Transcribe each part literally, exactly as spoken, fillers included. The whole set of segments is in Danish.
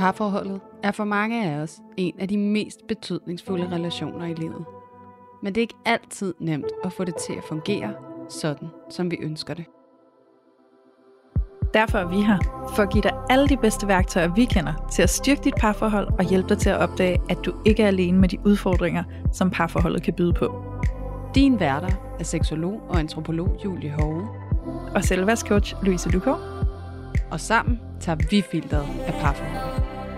Parforholdet er for mange af os en af de mest betydningsfulde relationer i livet. Men det er ikke altid nemt at få det til at fungere sådan, som vi ønsker det. Derfor er vi her, for at give dig alle de bedste værktøjer, vi kender, til at styrke dit parforhold og hjælpe dig til at opdage, at du ikke er alene med de udfordringer, som parforholdet kan byde på. Din værter er seksolog og antropolog Julie Hove Og selvværdscoach Louise Lukov. Og sammen tager vi filteret af parforholdet.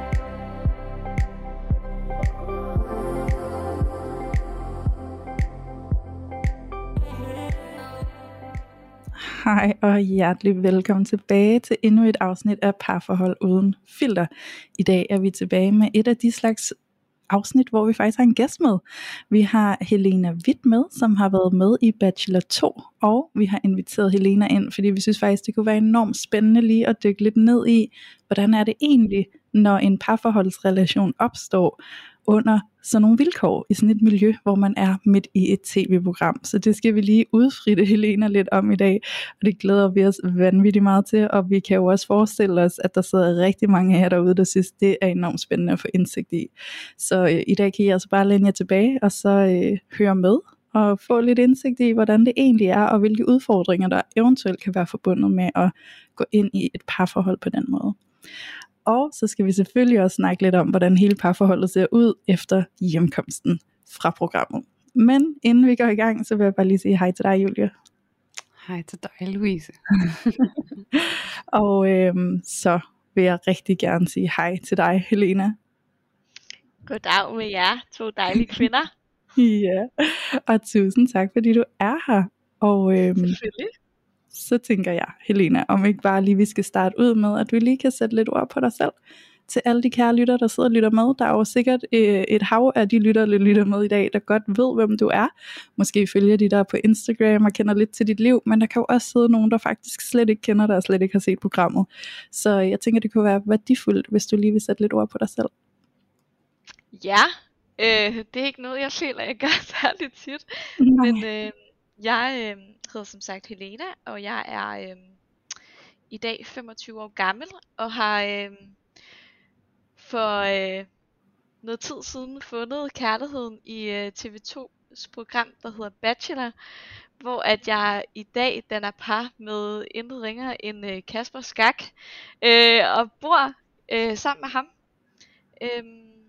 Hej og hjertelig velkommen tilbage til endnu et afsnit af Parforhold uden filter. I dag er vi tilbage med et af de slags afsnit, hvor vi faktisk har en gæst med. Vi har Helena Hvidt med, som har været med i Bachelor to, og vi har inviteret Helena ind, fordi vi synes faktisk, det kunne være enormt spændende lige at dykke lidt ned i, hvordan er det egentlig, når en parforholdsrelation opstår under sådan nogle vilkår i sådan et miljø, hvor man er midt i et tv-program. Så det skal vi lige udfritte Helena lidt om i dag, og det glæder vi os vanvittigt meget til, og vi kan jo også forestille os, at der sidder rigtig mange af jer derude, der synes, det er enormt spændende at få indsigt i. Så øh, i dag kan I altså bare læne jer tilbage, og så øh, høre med, og få lidt indsigt i, hvordan det egentlig er, og hvilke udfordringer, der eventuelt kan være forbundet med at gå ind i et parforhold på den måde. Og så skal vi selvfølgelig også snakke lidt om, hvordan hele parforholdet ser ud efter hjemkomsten fra programmet. Men inden vi går i gang, så vil jeg bare lige sige hej til dig, Julie. Hej til dig, Louise. Og øhm, så vil jeg rigtig gerne sige hej til dig, Helena. Goddag med jer, to dejlige kvinder. Ja, og tusind tak, fordi du er her. Og øhm, Selvfølgelig. Så tænker jeg, Helena, om ikke bare lige vi skal starte ud med, at du lige kan sætte lidt ord på dig selv. Til alle de kære lytter, der sidder og lytter med. Der er jo sikkert øh, et hav af de lytter, der lytter med i dag, der godt ved, hvem du er. Måske følger de dig på Instagram og kender lidt til dit liv, men der kan jo også sidde nogen, der faktisk slet ikke kender dig og slet ikke har set programmet. Så jeg tænker, det kunne være værdifuldt, hvis du lige vil sætte lidt ord på dig selv. Ja, øh, det er ikke noget, jeg føler, jeg gør særligt tit. Nej. Men øh, jeg øh, hedder som sagt Helena, og jeg er øh, i dag femogtyve år gammel, og har øh, for øh, noget tid siden fundet kærligheden i øh, T V to's program, der hedder Bachelor, hvor at jeg i dag danner par med intet ringere end øh, Kasper Skak, øh, og bor øh, sammen med ham. Øh,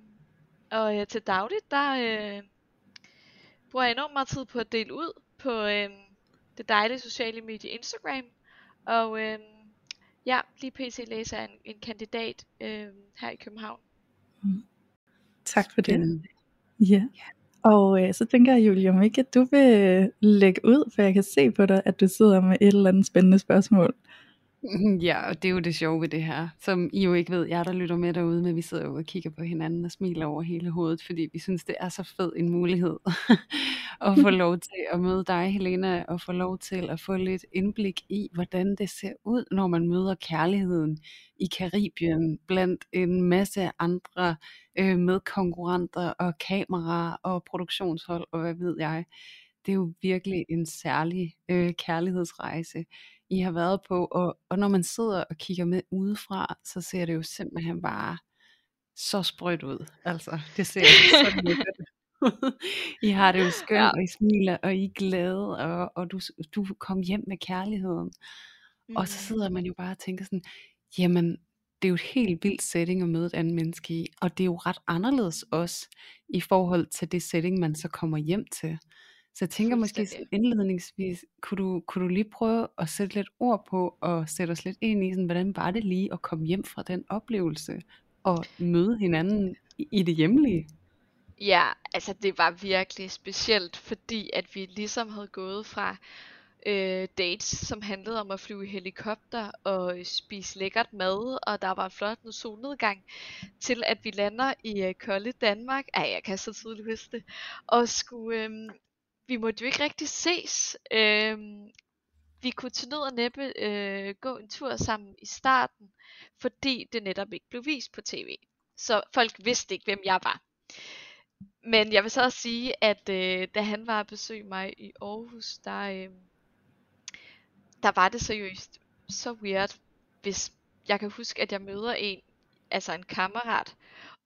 og øh, til dagligt, der øh, bruger jeg enormt meget tid på at dele ud på øh, det dejlige sociale medie Instagram. Og øh, ja, lige pt. Læser jeg en, en kandidat øh, her i København. Mm. Tak for det. Ja. Og øh, så tænker jeg, Julie, om ikke at du vil lægge ud, for jeg kan se på dig, at du sidder med et eller andet spændende spørgsmål. Ja, og det er jo det sjove ved det her, som I jo ikke ved, jeg der lytter med derude, men vi sidder jo og kigger på hinanden og smiler over hele hovedet, fordi vi synes, det er så fed en mulighed at få lov til at møde dig, Helena, og få lov til at få lidt indblik i, hvordan det ser ud, når man møder kærligheden i Karibien, blandt en masse andre øh, medkonkurrenter og kameraer og produktionshold, og hvad ved jeg. Det er jo virkelig en særlig øh, kærlighedsrejse, I har været på, og, og når man sidder og kigger med udefra, så ser det jo simpelthen bare så sprødt ud. Altså, det ser så lækkert ud. I har det jo skønt, ja. Og I smiler, og I er glade, og, og du, du kom hjem med kærligheden. Mm. Og så sidder man jo bare og tænker sådan, jamen, det er jo et helt vildt setting at møde et andet menneske i, og det er jo ret anderledes også, i forhold til det setting, man så kommer hjem til. Så jeg tænker måske sådan indledningsvis, kunne du, kunne du lige prøve at sætte lidt ord på, og sætte os lidt ind i, sådan, hvordan var det lige at komme hjem fra den oplevelse, og møde hinanden i, i det hjemlige? Ja, altså det var virkelig specielt, fordi at vi ligesom havde gået fra øh, dates, som handlede om at flyve i helikopter og spise lækkert mad, og der var en flot solnedgang, til at vi lander i øh, kolde Danmark. Ej, jeg kan så tydeligt huske det. Og skulle... Øh, vi måtte jo ikke rigtig ses. Øh, vi kunne til nød og næppe øh, gå en tur sammen i starten, fordi det netop ikke blev vist på tv. Så folk vidste ikke, hvem jeg var. Men jeg vil så også sige, at øh, da han var at besøge mig i Aarhus, der, øh, der var det seriøst så weird, hvis jeg kan huske, at jeg møder en altså en kammerat.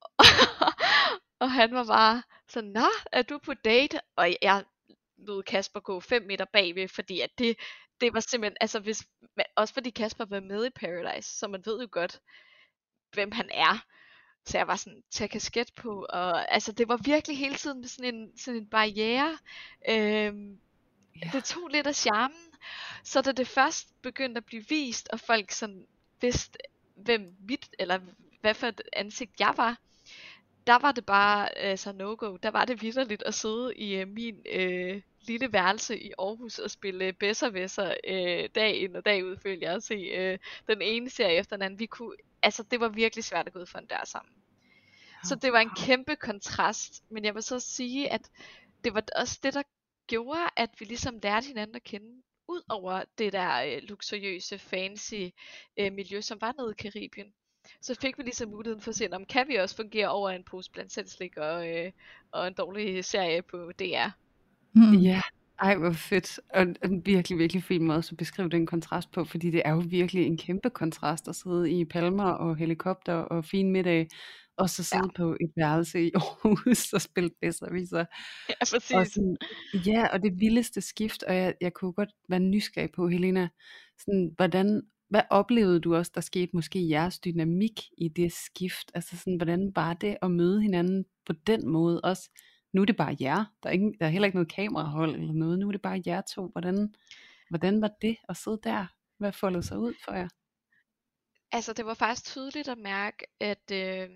Og han var bare sådan, nå, er du på date? Og jeg lod Kasper gå fem meter bagved, fordi at det, det var simpelthen, altså hvis, også fordi Kasper var med i Paradise, så man ved jo godt, hvem han er. Så jeg var sådan, tag kasket på, og altså det var virkelig hele tiden med sådan en, sådan en barriere. Øhm, Ja. Det tog lidt af charmen. Så da det først begyndte at blive vist, og folk sådan vidste, hvem mit, eller hvad for et ansigt jeg var, der var det bare altså no-go. Der var det vitterligt at sidde i øh, min øh, lille værelse i Aarhus og spille Besserwisser øh, dag ind og dag ud, følte jeg, at se øh, den ene serie efter den anden. Vi kunne, altså det var virkelig svært at gå ud for en dør sammen. Så det var en kæmpe kontrast, men jeg vil så sige, at det var også det, der gjorde, at vi ligesom lærte hinanden at kende, ud over det der øh, luksuriøse, fancy øh, miljø, som var nede i Karibien. Så fik vi ligesom muligheden for at se, om kan vi også fungere over en pose blandt selv slik og, øh, og en dårlig serie på D R. Mm. Ja, ej hvor fedt. Og en virkelig, virkelig fin måde at beskrive den kontrast på, fordi det er jo virkelig en kæmpe kontrast at sidde i palmer og helikopter og fin middag, og så sidde ja. på et værelse i Aarhus og spille Besserwisser. Ja, præcis. Og sådan, ja, og det vildeste skift, og jeg, jeg kunne godt være nysgerrig på, Helena, sådan, hvordan, hvad oplevede du også, der skete måske i jeres dynamik i det skift? Altså sådan, hvordan var det at møde hinanden på den måde også? Nu er det bare jer, der er, ingen, der er heller ikke noget kamerahold eller noget, nu er det bare jer to. Hvordan, hvordan var det at sidde der? Hvad foldede sig ud for jer? Altså det var faktisk tydeligt at mærke, at, øh,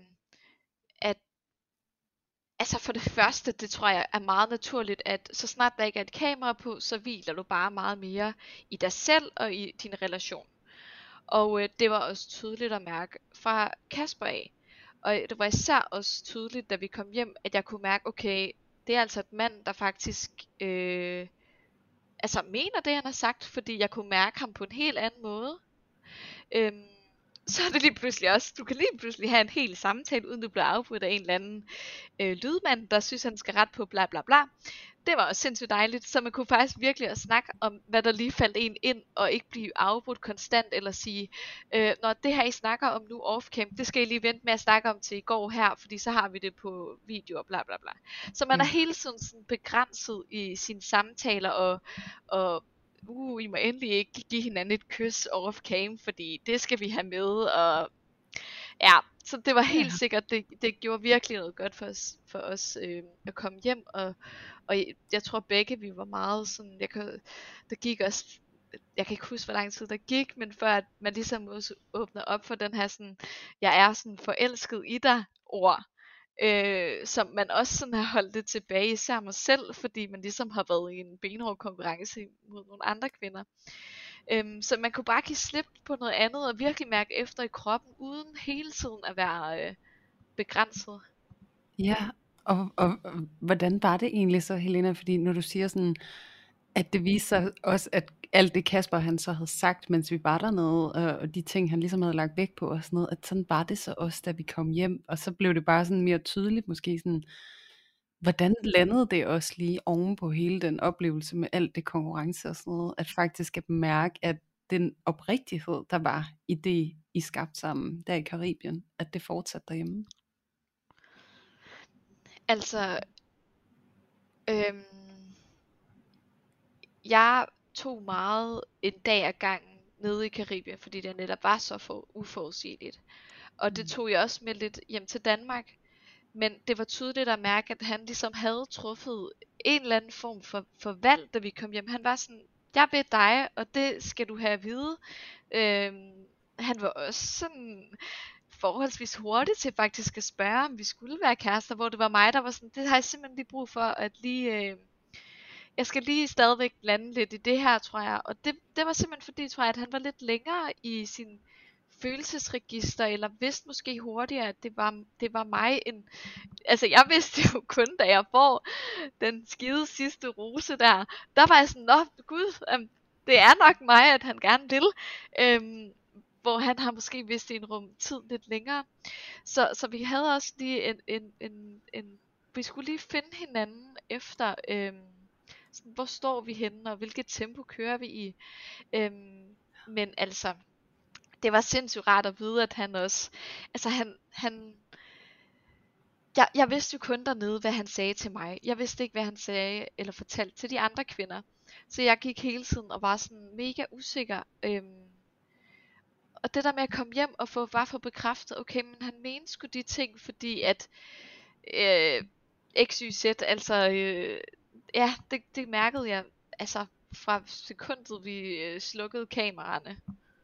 at altså for det første, det tror jeg er meget naturligt, at så snart der ikke er et kamera på, så hviler du bare meget mere i dig selv og i din relation. Og øh, det var også tydeligt at mærke fra Kasper af. Og det var især også tydeligt, da vi kom hjem, at jeg kunne mærke, okay, det er altså et mand, der faktisk øh, altså mener det, han har sagt, fordi jeg kunne mærke ham på en helt anden måde. Øhm, så er det lige pludselig også, du kan lige pludselig have en hel samtale, uden du bliver afbrudt af en eller anden øh, lydmand, der synes, han skal ret på bla bla bla. Det var også sindssygt dejligt, så man kunne faktisk virkelig også snakke om, hvad der lige faldt en ind, og ikke blive afbrudt konstant, eller sige, øh, når det her I snakker om nu off-cam, det skal I lige vente med at snakke om til i går her, fordi så har vi det på video og bla bla bla. Så man er hele tiden sådan begrænset i sine samtaler, og, og uh, I må endelig ikke give hinanden et kys off-cam, fordi det skal vi have med, og ja, så det var helt ja. sikkert, det, det gjorde virkelig noget godt for os, for os øh, at komme hjem, og, og jeg, jeg tror begge, vi var meget sådan, jeg kan, der gik også, jeg kan ikke huske, hvor lang tid der gik, men før at man ligesom også åbner op for den her sådan, jeg er sådan forelsket i dig ord, øh, som man også sådan har holdt det tilbage, især mig selv, fordi man ligesom har været i en benhård konkurrence mod nogle andre kvinder. Øhm, så man kunne bare give slip på noget andet og virkelig mærke efter i kroppen, uden hele tiden at være øh, begrænset. Ja, og, og, og hvordan var det egentlig så, Helena? Fordi når du siger sådan, at det viser sig også, at alt det Kasper han så havde sagt, mens vi var dernede, og, og de ting han ligesom havde lagt vægt på og sådan noget, at sådan var det så også, da vi kom hjem, og så blev det bare sådan mere tydeligt måske sådan, hvordan landede det også lige oven på hele den oplevelse med alt det konkurrence og sådan noget, at faktisk at mærke, at den oprigtighed, der var i det, I skabte sammen der i Karibien, at det fortsatte derhjemme? Altså, øhm, jeg tog meget en dag ad gangen nede i Karibien, fordi det netop var så for uforudsigeligt. Og det tog jeg også med lidt hjem til Danmark. Men det var tydeligt at mærke, at han ligesom havde truffet en eller anden form for, for valg, da vi kom hjem. Han var sådan, jeg vil dig, og det skal du have at vide. Øhm, han var også sådan forholdsvis hurtigt til faktisk at spørge, om vi skulle være kærester, hvor det var mig, der var sådan, det har jeg simpelthen lige brug for, at lige, øh, jeg skal lige stadigvæk lande lidt i det her, tror jeg. Og det, det var simpelthen fordi, tror jeg, at han var lidt længere i sin følelsesregister, eller vidste måske hurtigere, at det var, det var mig end, altså jeg vidste jo kun, da jeg får den skide sidste rose der, der var jeg sådan, nå gud, um, det er nok mig, at han gerne vil, øhm, hvor han har måske vidst i en rum tid lidt længere, så, så vi havde også lige en, en, en, en vi skulle lige finde hinanden efter, øhm, sådan, hvor står vi henne, og hvilket tempo kører vi i, øhm, men altså, det var sindssygt rart at vide, at han også, altså han, han, jeg, jeg vidste jo kun dernede, hvad han sagde til mig. Jeg vidste ikke, hvad han sagde eller fortalte til de andre kvinder. Så jeg gik hele tiden og var sådan mega usikker. Øhm, og det der med at komme hjem og få, bare få bekræftet, okay, men han mente sgu de ting, fordi at øh, X Y Z, altså, øh, ja, det, det mærkede jeg, altså, fra sekundet vi øh, slukkede kameraerne.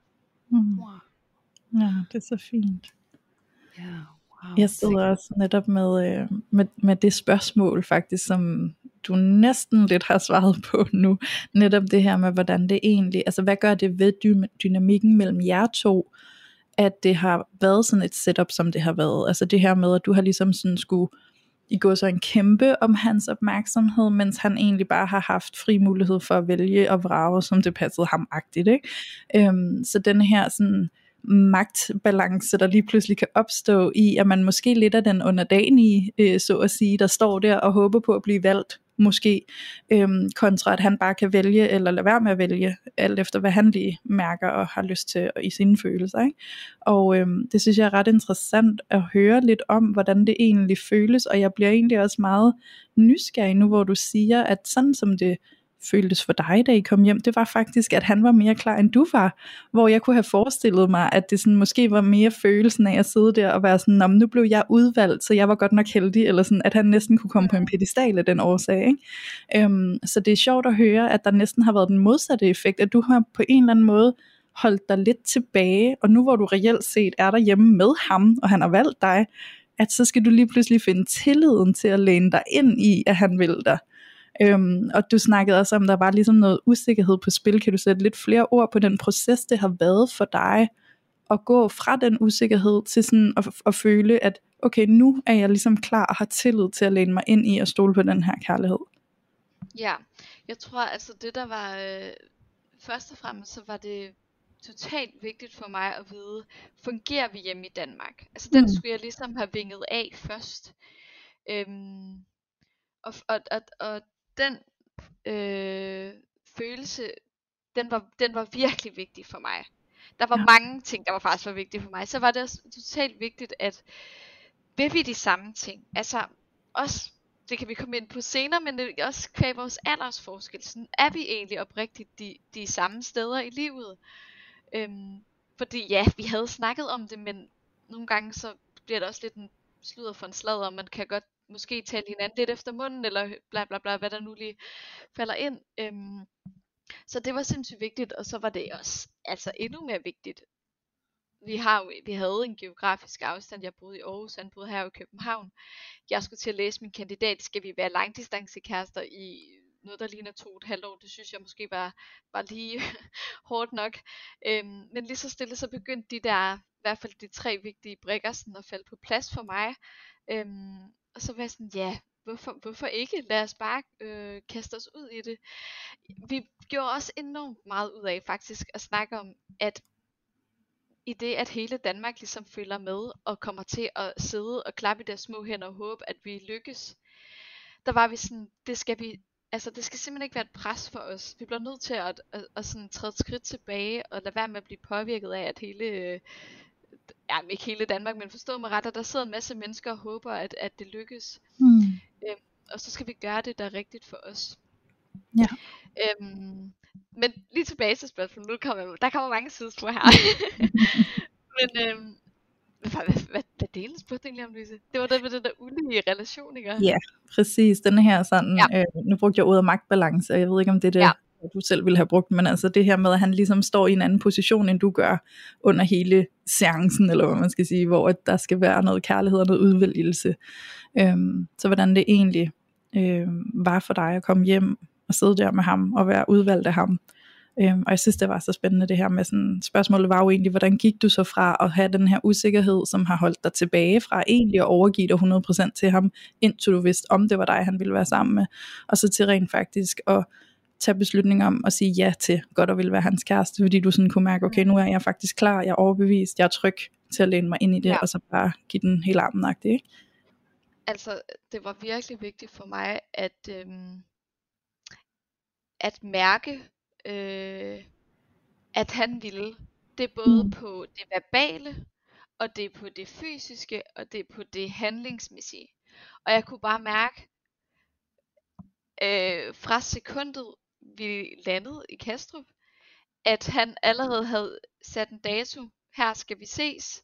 Mm. Wow. Ja, det er så fint. Ja, wow. Jeg sidder også netop med, øh, med, med det spørgsmål faktisk, som du næsten lidt har svaret på nu. Netop det her med, hvordan det egentlig, altså hvad gør det ved dy- dynamikken mellem jer to, at det har været sådan et setup, som det har været. Altså det her med, at du har ligesom sådan skulle i går så en kæmpe om hans opmærksomhed, mens han egentlig bare har haft fri mulighed for at vælge og vrage, som det passede ham-agtigt, ikke? Øhm, så den her sådan magtbalance, der lige pludselig kan opstå i, at man måske lidt af den underdanige, øh, så at sige, der står der og håber på at blive valgt, måske, øhm, kontra at han bare kan vælge, eller lade være med at vælge, alt efter hvad han lige mærker og har lyst til i sine følelser, ikke? Og øhm, det synes jeg er ret interessant at høre lidt om, hvordan det egentlig føles, og jeg bliver egentlig også meget nysgerrig nu, hvor du siger, at sådan som det føltes for dig, da I kom hjem, det var faktisk, at han var mere klar, end du var, hvor jeg kunne have forestillet mig, at det sådan måske var mere følelsen af at sidde der og være sådan, nå, nu blev jeg udvalgt, så jeg var godt nok heldig, eller sådan, at han næsten kunne komme på en pedestal af den årsag, ikke? Øhm, så det er sjovt at høre, at der næsten har været den modsatte effekt, at du har på en eller anden måde holdt dig lidt tilbage, og nu hvor du reelt set er derhjemme med ham, og han har valgt dig, at så skal du lige pludselig finde tilliden til at læne dig ind i, at han vil dig. Øhm, og du snakkede også om, der var ligesom noget usikkerhed på spil. Kan du sætte lidt flere ord på den proces, det har været for dig, at gå fra den usikkerhed til sådan at, at føle, at okay, nu er jeg ligesom klar og har tillid til at læne mig ind i og stole på den her kærlighed? Ja, jeg tror altså det der var, øh, først og fremmest så var det totalt vigtigt for mig at vide, fungerer vi hjemme i Danmark? Altså den Mm. skulle jeg ligesom have vinget af først. Øhm, og, og, og, og den øh, følelse, den var, den var virkelig vigtig for mig. Der var Ja. mange ting, der var faktisk var vigtige for mig. Så var det også totalt vigtigt, at vil vi de samme ting? Altså også, det kan vi komme ind på senere, men det er også kvæg vores aldersforskel. Sådan, er vi egentlig oprigtigt de, de samme steder i livet? Øhm, fordi ja, vi havde snakket om det, men nogle gange så bliver det også lidt en sludder for en sladder, og man kan godt måske tale hinanden lidt efter munden, eller bla bla bla, hvad der nu lige falder ind. Øhm, så det var sindssygt vigtigt, og så var det også altså endnu mere vigtigt. Vi, har jo, vi havde en geografisk afstand. Jeg boede i Aarhus, han boede her i København. Jeg skulle til at læse min kandidat. Skal vi være langdistancekærester i noget, der ligner to og et halvt år? Det synes jeg måske var, var lige hårdt nok. Øhm, men lige så stille, så begyndte de der, i hvert fald de tre vigtige brikker, sådan at falde på plads for mig. Øhm, og så var jeg sådan, ja, hvorfor, hvorfor ikke? Lad os bare øh, kaste os ud i det. Vi gjorde også enormt meget ud af faktisk at snakke om, at i det, at hele Danmark ligesom følger med og kommer til at sidde og klappe i deres små hænder og håbe, at vi lykkes, der var vi sådan, det skal vi, altså det skal simpelthen ikke være et pres for os. Vi bliver nødt til at, at, at, at sådan træde et skridt tilbage og lade være med at blive påvirket af, at hele, ja, ikke hele Danmark, men forstå mig ret, at der sidder en masse mennesker og håber, at, at det lykkes. Mm. Øhm, og så skal vi gøre det, der er rigtigt for os. Ja. Øhm, men lige tilbage til spørgsmålet, nu kommer, der kommer mange sidespor her. men øhm, hvad, hvad, hvad, hvad delen spurgte egentlig om, Louise? Det var det med den der ulige relation, ikke? Ja, præcis. Den her sådan, Ja. øh, nu brugte jeg ordet magtbalance, og jeg ved ikke, om det er det, Ja. du selv ville have brugt, men altså det her med, at han ligesom står i en anden position, end du gør under hele seancen, eller hvad man skal sige, hvor at der skal være noget kærlighed og noget udvælgelse. Øhm, så hvordan det egentlig øh, var for dig at komme hjem og sidde der med ham og være udvalgt af ham. Øhm, og jeg synes det var så spændende det her med sådan, spørgsmålet var jo egentlig, hvordan gik du så fra at have den her usikkerhed, som har holdt dig tilbage fra egentlig at overgive dig hundrede procent til ham, indtil du vidste, om det var dig han ville være sammen med, og så til rent faktisk at tage beslutning om at sige ja til godt at ville være hans kæreste, fordi du sådan kunne mærke, okay, nu er jeg faktisk klar, jeg er overbevist, jeg er tryg til at læne mig ind i det, ja. Og så bare give den hele armen-agtigt, ikke? Altså det var virkelig vigtigt for mig at øhm, at mærke øh, at han ville Det er både Mm. på det verbale, og det er på det fysiske, og det er på det handlingsmæssige. Og jeg kunne bare mærke, øh, fra sekundet vi landede i Kastrup, at han allerede havde sat en dato. Her skal vi ses.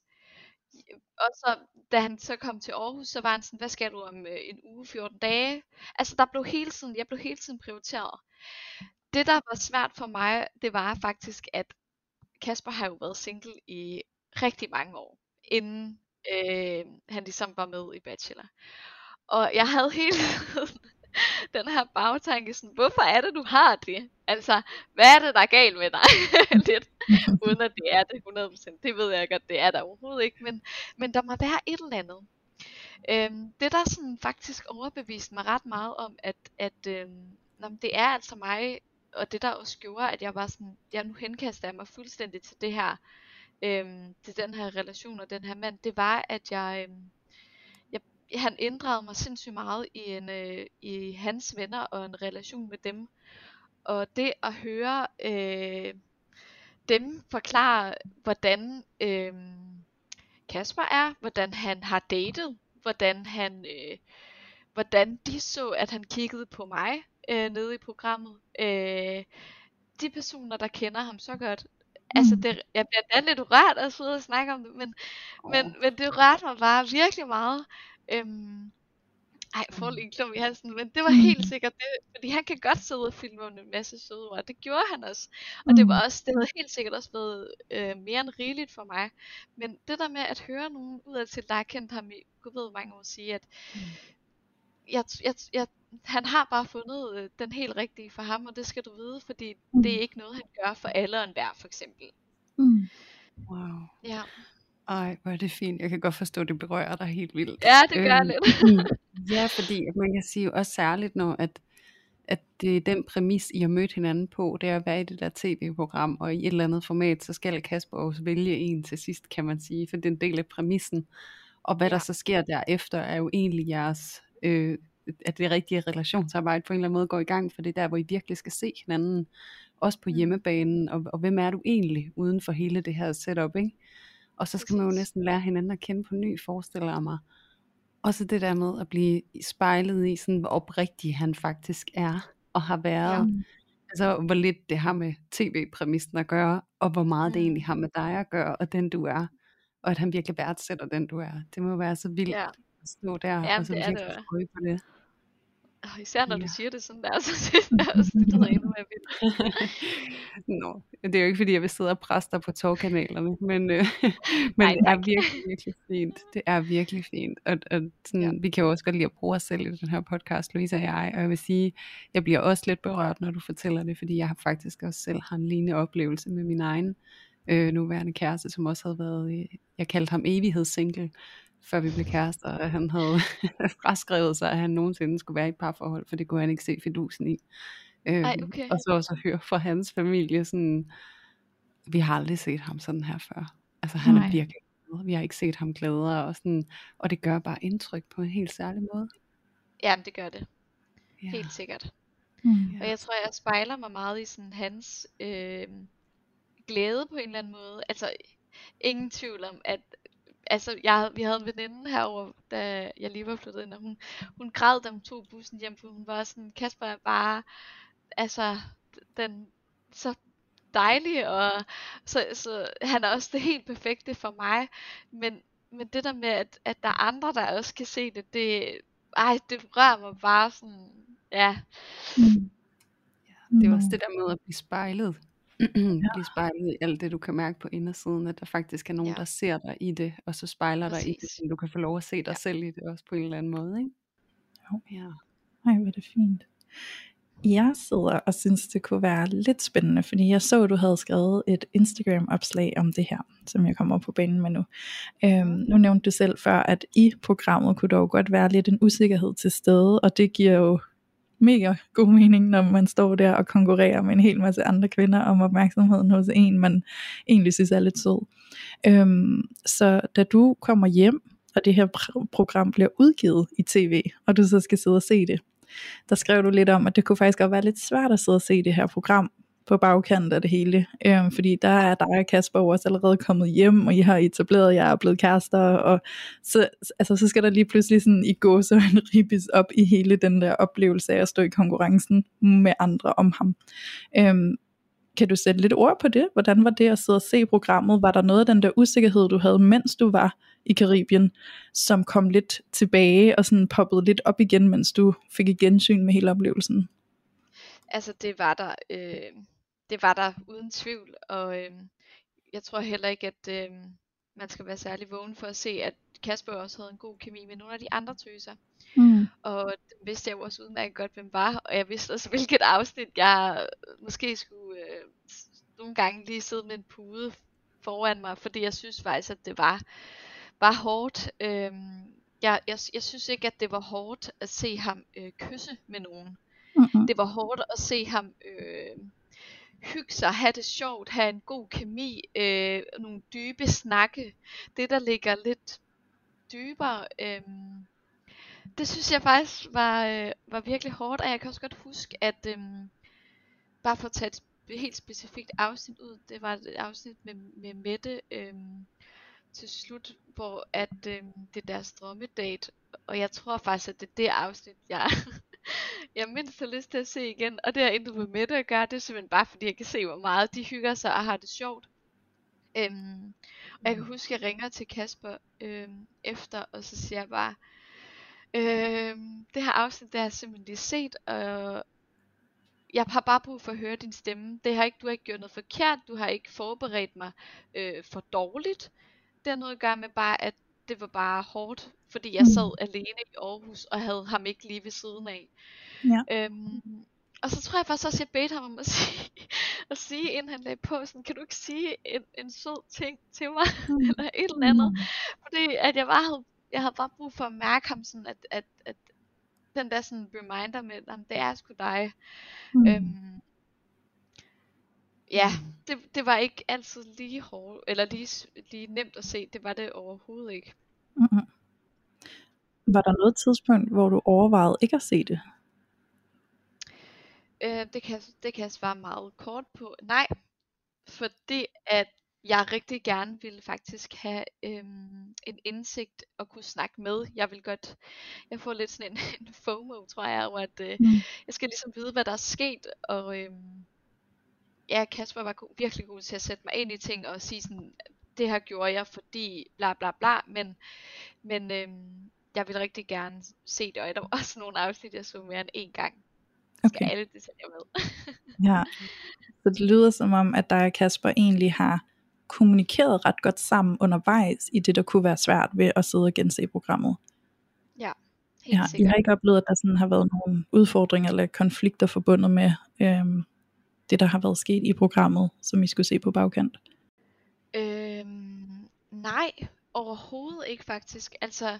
Og så da han så kom til Aarhus, så var han sådan, hvad skal du om øh, en uge, fjorten dage? Altså der blev hele tiden, jeg blev hele tiden prioriteret. Det der var svært for mig, det var faktisk, at Kasper har jo været single i rigtig mange år, inden øh, han ligesom var med i Bachelor. Og jeg havde hele tiden den her bagtanke, sådan, hvorfor er det, du har det? Altså, hvad er det, der er galt med dig? Lidt, uden at det er det hundrede procent. Det ved jeg godt, det er der overhovedet ikke, men, men der må være et eller andet. Øhm, det der sådan faktisk overbeviste mig ret meget om, at, at øhm, nå, det er altså mig, og det der også gjorde, at jeg var sådan, jeg nu henkaster jeg mig fuldstændig til det her, øhm, til den her relation og den her mand, det var, at jeg, øhm, jeg han inddragede mig sindssygt meget i, en, øh, i hans venner og en relation med dem. Og det at høre øh, dem forklare, hvordan øh, Kasper er, hvordan han har datet, hvordan han, øh, hvordan de så, at han kiggede på mig øh, nede i programmet. Øh, de personer, der kender ham så godt, altså det, jeg bliver da lidt rørt at sidde og snakke om det, men, oh. men, men det rørte mig bare virkelig meget. Øhm, ej, får lige en klump i halsen, men det var helt sikkert det, fordi han kan godt sidde og filme om en masse søde ord, det gjorde han også, og det var også, det havde helt sikkert også været øh, mere end rigeligt for mig, men det der med at høre nogen udadtil, der har kendt ham i, gud ved mange år, sige, at jeg, jeg, jeg, han har bare fundet øh, den helt rigtige for ham, og det skal du vide, fordi mm. det er ikke noget, han gør for alle og enhver, for eksempel. Mm. Wow. Ja. Ej, hvor er det fint. Jeg kan godt forstå, at det berører dig helt vildt. Ja, det gør øhm, lidt. Ja, fordi at man kan sige også særligt, når at, at det er den præmis, I har mødt hinanden på, det er at være i det der tv-program, og i et eller andet format, så skal Kasper også vælge en til sidst, kan man sige, for det er en del af præmissen. Og hvad ja. der så sker derefter, er jo egentlig jeres, øh, at det rigtige relationsarbejde på en eller anden måde går i gang, for det er der, hvor I virkelig skal se hinanden, også på hjemmebanen, og, og hvem er du egentlig uden for hele det her setup, ikke? Og så skal Præcis. man jo næsten lære hinanden at kende på ny, forestiller jeg mig. Og så det der med at blive spejlet i, sådan, hvor oprigtig han faktisk er, og har været. Ja. Altså, hvor lidt det har med tv-præmissen at gøre, og hvor meget mm. det egentlig har med dig at gøre, og den du er. Og at han virkelig værdsætter den du er. Det må være så vildt ja. at stå der, Jamen, og så virkelig få på det. Og især når ja. du siger det sådan der, så synes jeg også, det lyder endnu mere vildt. Nå, det er jo ikke fordi, jeg vil sidde og presse dig på togkanalerne, men, øh, men det er virkelig, virkelig fint. Det er virkelig fint. Og, og sådan, ja. vi kan jo også godt lide at bruge os selv i den her podcast, Louise og jeg, og jeg vil sige, jeg bliver også lidt berørt, når du fortæller det, fordi jeg har faktisk også selv har en lignende oplevelse med min egen øh, nuværende kæreste, som også havde været, jeg kaldte ham evighedssingle, før vi blev kærester, og han havde fraskrevet sig, at han nogensinde skulle være i et parforhold, for det kunne han ikke se fidusen i. Øhm, Ej, okay. Og så også høre fra hans familie, sådan, vi har aldrig set ham sådan her før. Altså han Nej. er virkelig glad. Vi har ikke set ham glæde, og, sådan, og det gør bare indtryk på en helt særlig måde. Jamen det gør det. Ja. Helt sikkert. Mm. Og jeg tror, jeg spejler mig meget i sådan hans øh, glæde på en eller anden måde. Altså ingen tvivl om, at altså, jeg, vi havde en veninde herovre, da jeg lige var flyttet ind, og hun, hun græd, da hun tog bussen hjem, for hun var sådan, Kasper er bare, altså, den, så dejlig, og så, så han er også det helt perfekte for mig, men, men det der med, at, at der er andre, der også kan se det, det, ej, det rører mig bare sådan, ja. Mm. ja det er også det der med at blive spejlet. Blive spejlet i alt det du kan mærke på indersiden, at der faktisk er nogen ja. der ser dig i det, og så spejler Præcis. dig i det, så du kan få lov at se dig ja. selv i det også på en eller anden måde, ikke? Jo. Ja. Ej, hvor er det fint. Jeg sidder og synes det kunne være lidt spændende, fordi jeg så at du havde skrevet et Instagram opslag om det her, som jeg kommer på banen med nu. øhm, Nu nævnte du selv før, at i programmet kunne der jo godt være lidt en usikkerhed til stede, og det giver jo mega god mening, når man står der og konkurrerer med en hel masse andre kvinder om opmærksomheden hos en, man egentlig synes er lidt sød. Øhm, så da du kommer hjem, og det her pr- program bliver udgivet i tv, og du så skal sidde og se det, der skrev du lidt om, at det kunne faktisk godt være lidt svært at sidde og se det her program, på bagkanten af det hele, øhm, fordi der er dig og Kasper jo også allerede kommet hjem, og I har etableret jer og blevet kærester, og så, altså, så skal der lige pludselig sådan i gåseøjne ribbes op i hele den der oplevelse af at stå i konkurrencen med andre om ham. Øhm, kan du sætte lidt ord på det? Hvordan var det at sidde og se programmet? Var der noget af den der usikkerhed, du havde, mens du var i Caribien, som kom lidt tilbage og sådan poppede lidt op igen, mens du fik et gensyn med hele oplevelsen? Altså det var der, øh, det var der uden tvivl, og øh, jeg tror heller ikke, at øh, man skal være særlig vågen for at se, at Kasper også havde en god kemi med nogle af de andre tøser. Mm. Og det vidste jeg jo også udmærket godt, hvem var, og jeg vidste også, hvilket afsnit jeg måske skulle øh, nogle gange lige sidde med en pude foran mig, fordi jeg synes faktisk, at det var, var hårdt. Øhm, jeg, jeg, jeg synes ikke, at det var hårdt at se ham øh, kysse med nogen. Mm-hmm. Det var hårdt at se ham øh, hygge sig, have det sjovt, have en god kemi, øh, nogle dybe snakke. Det, der ligger lidt dybere, øh, det synes jeg faktisk var, øh, var virkelig hårdt, og jeg kan også godt huske, at øh, bare for at tage et helt specifikt afsnit ud, det var et afsnit med, med Mette øh, til slut, hvor at øh, det er deres drømmedate, og jeg tror faktisk, at det er det afsnit, jeg, jeg mindst har lyst til at se igen, og det har intet med Mette at gøre, det er simpelthen bare fordi, jeg kan se, hvor meget de hygger sig og har det sjovt. Øhm, og jeg kan huske, at jeg ringer til Kasper øhm, efter, og så siger jeg bare, øhm, det her afsnit, det har jeg simpelthen lige set, og jeg har bare brug for at høre din stemme. Det har ikke, du har ikke gjort noget forkert, du har ikke forberedt mig øh, for dårligt. Det har noget at gøre med bare, at det var bare hårdt, fordi jeg sad alene i Aarhus, og havde ham ikke lige ved siden af. Ja. Øhm, og så tror jeg faktisk også, at jeg bedte ham om at sige, at sige inden han lagde på, sådan, kan du ikke sige en, en sød ting til mig, mm. eller et eller andet. Fordi at jeg bare havde, jeg havde bare brug for at mærke ham, sådan at, at, at den der sådan reminder med, at det er sgu dig. Mm. Øhm, ja, det, det var ikke altid lige hårdt, eller lige, lige nemt at se, det var det overhovedet ikke. Mm-hmm. Var der noget tidspunkt, hvor du overvejede ikke at se det? Øh, det, kan, det kan jeg svare meget kort på. Nej, fordi at jeg rigtig gerne ville faktisk have øhm, en indsigt og kunne snakke med. Jeg vil godt, jeg får lidt sådan en, en FOMO, tror jeg, over at øh, mm. jeg skal ligesom vide, hvad der er sket. Og øhm, ja, Kasper var god, virkelig god til at sætte mig ind i ting og sige sådan, det her gjorde jeg, fordi bla bla bla. Men, men øhm, jeg vil rigtig gerne se det, og der var også nogle afsnit, jeg så mere end én gang. Okay. Skal alle detaljer med. Ja, så det lyder som om, at dig og Kasper egentlig har kommunikeret ret godt sammen undervejs i det, der kunne være svært ved at sidde og gense programmet. Ja, helt ja, sikkert. Jeg har ikke oplevet, at der sådan har været nogle udfordringer eller konflikter forbundet med øhm, det, der har været sket i programmet, som I skulle se på bagkant. Øhm, nej, overhovedet ikke faktisk. Altså,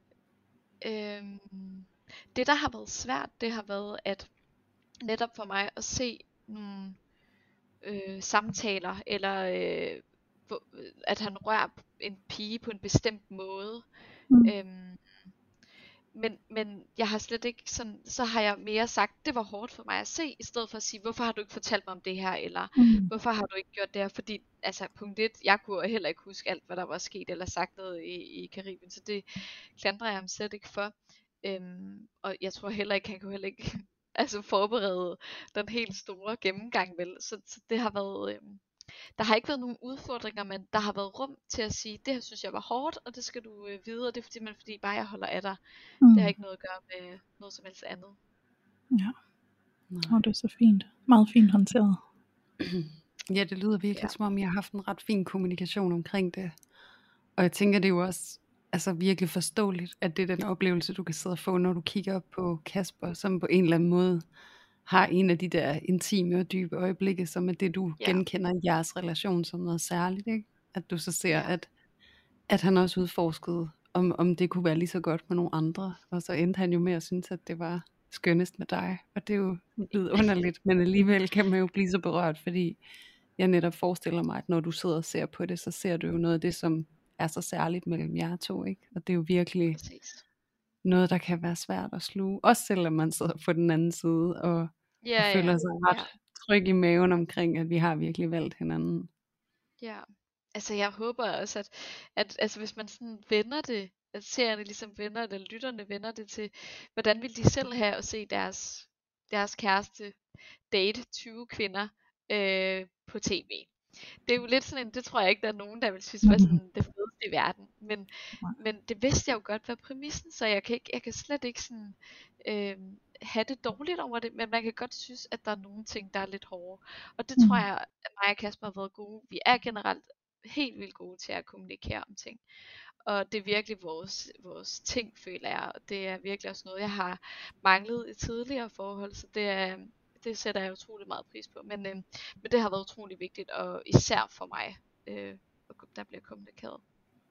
øhm, det der har været svært, det har været at netop for mig at se nogle øh, samtaler, eller øh, at han rører en pige på en bestemt måde. Mm. Øhm, men, men jeg har slet ikke sådan, så har jeg mere sagt, det var hårdt for mig at se, i stedet for at sige, hvorfor har du ikke fortalt mig om det her, eller mm. hvorfor har du ikke gjort det her, fordi, altså punkt et, jeg kunne heller ikke huske alt, hvad der var sket, eller sagt noget i, i Caribien, så det klandrer jeg ham slet ikke for. Øhm, og jeg tror heller ikke, han kunne heller ikke altså forberede den helt store gennemgang vel, så, så det har været, øhm, der har ikke været nogen udfordringer, men der har været rum til at sige, det her synes jeg var hårdt, og det skal du øh, vide, og det er fordi, man, fordi bare jeg holder af dig. Mm. Det har ikke noget at gøre med noget som helst andet. Ja, og det er så fint. Meget fint håndteret. Ja, det lyder virkelig ja. Som om, jeg har haft en ret fin kommunikation omkring det. Og jeg tænker, det er jo også altså virkelig forståeligt, at det er den oplevelse, du kan sidde og få, når du kigger på Kasper, som på en eller anden måde har en af de der intime og dybe øjeblikke, som er det, du ja. Genkender i jeres relation som noget særligt, ikke? At du så ser, ja. at, at han også udforskede, om, om det kunne være lige så godt med nogle andre, og så endte han jo med at synes, at det var skønnest med dig, og det er jo lidt underligt, men alligevel kan man jo blive så berørt, fordi jeg netop forestiller mig, at når du sidder og ser på det, så ser du jo noget af det, som er så særligt mellem jer to, ikke? Og det er jo virkelig Præcis. Noget, der kan være svært at sluge, også selvom man sidder på den anden side, og, yeah, og føler yeah. sig ret yeah. tryg i maven omkring, at vi har virkelig valgt hinanden. Ja, altså jeg håber også, at, at altså hvis man sådan vender det, at seerne ligesom vender det, eller lytterne vender det til, hvordan vil de selv have at se deres, deres kæreste date tyve kvinder øh, på tv. Det er jo lidt sådan en, det tror jeg ikke, der er nogen, der vil synes var sådan det fedeste i verden. Men, men det vidste jeg jo godt var præmissen, så jeg kan, ikke, jeg kan slet ikke sådan øh, have det dårligt over det, men man kan godt synes, at der er nogle ting, der er lidt hårde. Og det tror jeg, at mig og Kasper har været gode. Vi er generelt helt vildt gode til at kommunikere om ting. Og det er virkelig vores, vores ting, føler jeg. Og det er virkelig også noget, jeg har manglet i tidligere forhold, så det er, det sætter jeg utrolig meget pris på. Men, øh, men det har været utrolig vigtigt, og især for mig, øh, der bliver kommunikeret.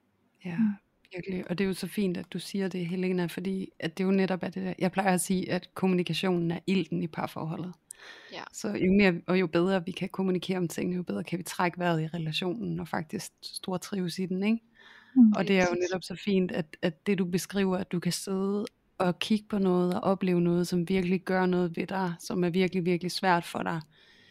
Ja, virkelig. Og det er jo så fint, at du siger det, Helena, fordi at det er jo netop at det der. Jeg plejer at sige, at kommunikationen er ilten i parforholdet. Ja. Så jo mere og jo bedre vi kan kommunikere om tingene, jo bedre kan vi trække vejret i relationen og faktisk stortrives i den, ikke? Mm. Og det er jo netop så fint, at, at det du beskriver, at du kan sidde og kigge på noget og opleve noget, som virkelig gør noget ved dig, som er virkelig, virkelig svært for dig.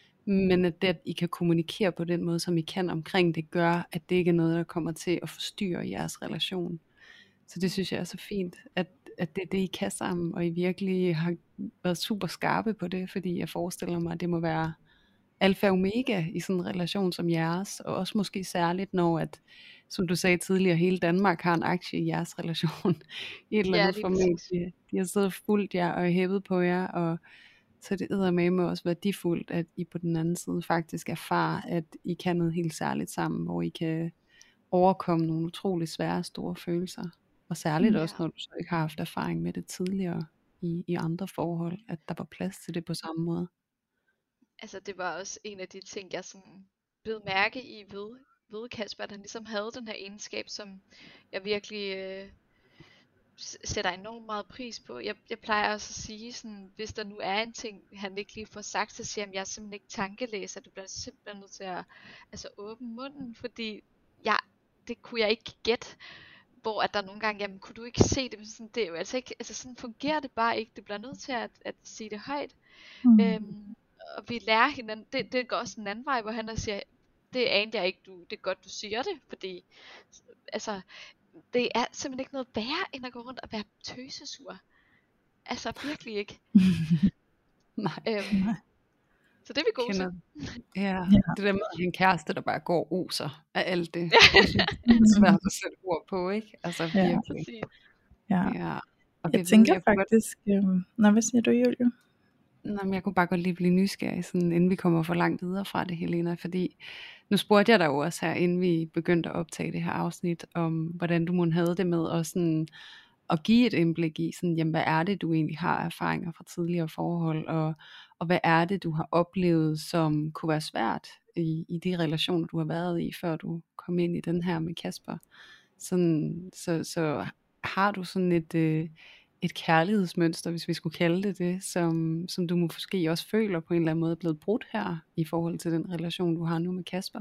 Men at det, at I kan kommunikere på den måde, som I kan omkring det, gør, at det ikke er noget, der kommer til at forstyrre jeres relation. Så det synes jeg er så fint, at, at det er det, I kan sammen, og I virkelig har været super skarpe på det, fordi jeg forestiller mig, at det må være alfa og omega i sådan en relation som jeres, og også måske særligt, når at, som du sagde tidligere, hele Danmark har en aktie i jeres relation, i et eller Ja, andet lige format. præcis. De, de har siddet og fulgt jer og hævet på jer, og så det eddermame også værdifuldt, at I på den anden side faktisk erfarer, at I kan noget helt særligt sammen, hvor I kan overkomme nogle utrolig svære, store følelser. Og særligt Mm. også, når du så ikke har haft erfaring med det tidligere i, i andre forhold, at der var plads til det på samme måde. Altså det var også en af de ting, jeg sådan blev mærke i ved, ved Kasper, at han ligesom havde den her egenskab, som jeg virkelig øh, s- sætter enormt meget pris på. Jeg, jeg plejer også at sige sådan, hvis der nu er en ting, han ikke lige får sagt, så siger han, jeg er simpelthen ikke tankelæser, du bliver simpelthen nødt til at altså, åbne munden, fordi jeg, det kunne jeg ikke gætte, hvor at der nogle gange, jamen kunne du ikke se det, men sådan, det er jo altså ikke, altså sådan fungerer det bare ikke, du bliver nødt til at, at sige det højt. Mm. Øhm, og vi lærer hinanden, det, det går også en anden vej, hvor han også siger, det anede jeg ikke, du, det er godt du siger det, fordi altså, det er simpelthen ikke noget værre, end at gå rundt og være tøsesur. Altså virkelig ikke. Nej. Øhm, så det er vi gode Kender. til. Ja, Ja. det der med at have en kæreste, der bare går og oser af alt det. Det synes jeg er svært at sætte ord på, ikke? Altså Ja. virkelig. Præcis. Ja. Ja. Og Jeg ved, tænker jeg kunne godt, faktisk, øhm, nå, hvad siger du, Julie? nå, men jeg kunne bare godt lige blive nysgerrig, sådan, inden vi kommer for langt videre fra det, Helena, fordi nu spurgte jeg dig jo også her, inden vi begyndte at optage det her afsnit, om hvordan du måtte have det med at, sådan, at give et indblik i, sådan, jamen, hvad er det, du egentlig har erfaringer fra tidligere forhold, og, og hvad er det, du har oplevet, som kunne være svært i, i de relationer, du har været i, før du kom ind i den her med Kasper. Sådan, så, så har du sådan et, øh, et kærlighedsmønster, hvis vi skulle kalde det det, som, som du måske også føler på en eller anden måde er blevet brudt her, i forhold til den relation, du har nu med Kasper?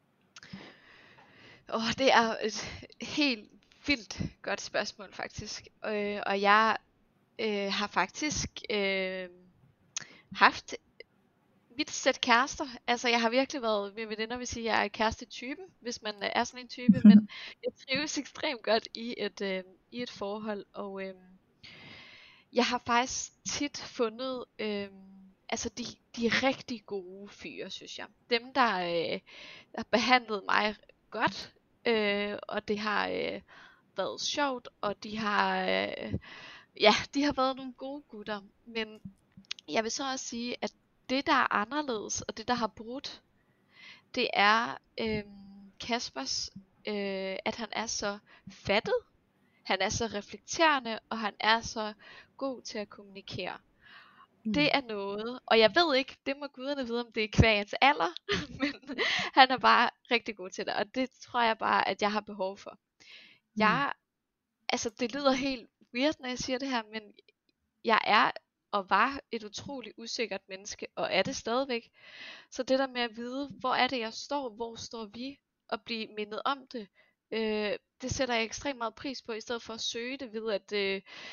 Åh, oh, det er et helt vildt godt spørgsmål faktisk. Øh, og jeg øh, har faktisk øh, haft mit sæt kærester. Altså jeg har virkelig været, mine veninder vil sige, at jeg er kærestetypen, hvis man er sådan en type, men jeg trives ekstremt godt i et, øh, i et forhold, og øh, jeg har faktisk tit fundet øh, altså de, de rigtig gode fyre, synes jeg. Dem, der øh, har behandlet mig godt, øh, og det har øh, været sjovt, og de har, øh, ja, de har været nogle gode gutter, men jeg vil så også sige, at det, der er anderledes, og det, der har brudt, det er øh, Kaspers, øh, at han er så fattet, han er så reflekterende, og han er så god til at kommunikere. Mm. Det er noget, og jeg ved ikke, det må guderne vide, om det er kvæg hans alder, men han er bare rigtig god til det, og det tror jeg bare, at jeg har behov for. Mm. Jeg, altså det lyder helt weird, når jeg siger det her, men jeg er og var et utroligt usikkert menneske, og er det stadigvæk. Så det der med at vide, hvor er det jeg står, hvor står vi, og blive mindet om det, øh, det sætter jeg ekstremt meget pris på, i stedet for at søge det ved at øh,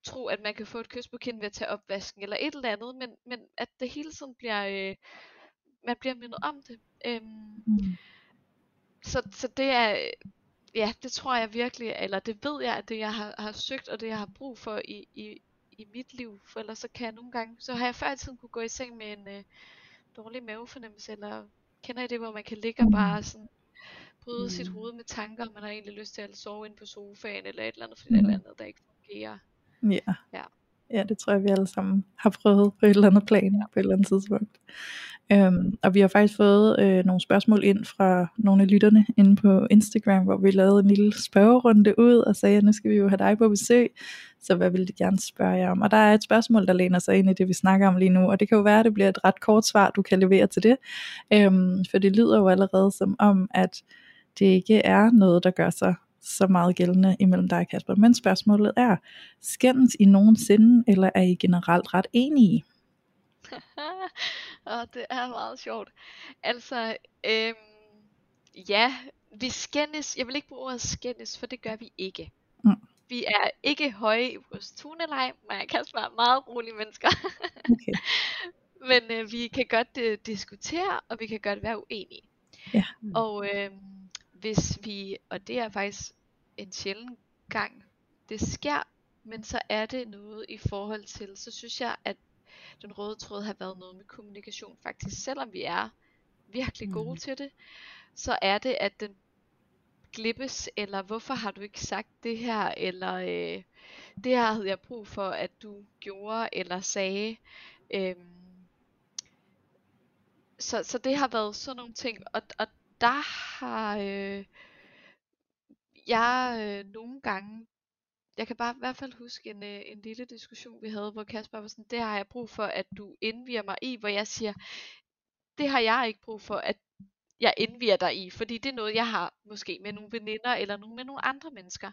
tro, at man kan få et kys på kinden ved at tage opvasken, eller et eller andet, men, men at det hele tiden bliver, øh, man bliver mindet om det. Øhm, Mm. så, så det er, ja, det tror jeg virkelig, eller det ved jeg, at det jeg har, har søgt, og det jeg har brug for i, i, i mit liv, for ellers så kan jeg nogle gange, så har jeg før i tiden kunne gå i seng med en øh, dårlig mavefornemmelse, eller kender I det, hvor man kan ligge og bare sådan bryde mm. sit hoved med tanker, og man har egentlig lyst til at sove ind på sofaen, eller et eller andet, fordi mm. der er et eller andet, der ikke fungerer. Ja. Ja. Ja, det tror jeg, vi alle sammen har prøvet på et eller andet plan, ja. På et eller andet tidspunkt. Øhm, og vi har faktisk fået øh, nogle spørgsmål ind fra nogle af lytterne inde på Instagram, hvor vi lavede en lille spørgerunde ud og sagde, at nu skal vi jo have dig på besøg, så hvad vil de gerne spørge jer om? Og der er et spørgsmål, der læner sig ind i det, vi snakker om lige nu, og det kan jo være, at det bliver et ret kort svar, du kan levere til det, øhm, for det lyder jo allerede som om, at det ikke er noget, der gør sig så meget gældende imellem dig og Kasper. Men spørgsmålet er, skændes I nogensinde, eller er I generelt ret enige? Og det er meget sjovt. Altså, øhm, ja, vi skændes. Jeg vil ikke bruge ordet skændes, for det gør vi ikke. Mm. Vi er ikke høje i vores toneleje, men jeg kan være meget rolige mennesker. Okay. Men øh, vi kan godt øh, diskutere, og vi kan godt være uenige. Ja. Mm. Og øh, hvis vi, og det er faktisk en sjælden gang, det sker, men så er det noget i forhold til, så synes jeg, at den røde tråd har været noget med kommunikation faktisk. Selvom vi er virkelig gode mm. til det, så er det, at den glippes, eller hvorfor har du ikke sagt det her, eller øh, det her havde jeg brug for, at du gjorde, eller sagde. Øhm, så, så det har været sådan nogle ting, og, og der har øh, jeg øh, nogle gange, jeg kan bare i hvert fald huske en, øh, en lille diskussion, vi havde, hvor Kasper var sådan, det har jeg brug for, at du indvier mig i, hvor jeg siger, det har jeg ikke brug for, at jeg indvier dig i, fordi det er noget, jeg har måske med nogle veninder, eller nogle, med nogle andre mennesker.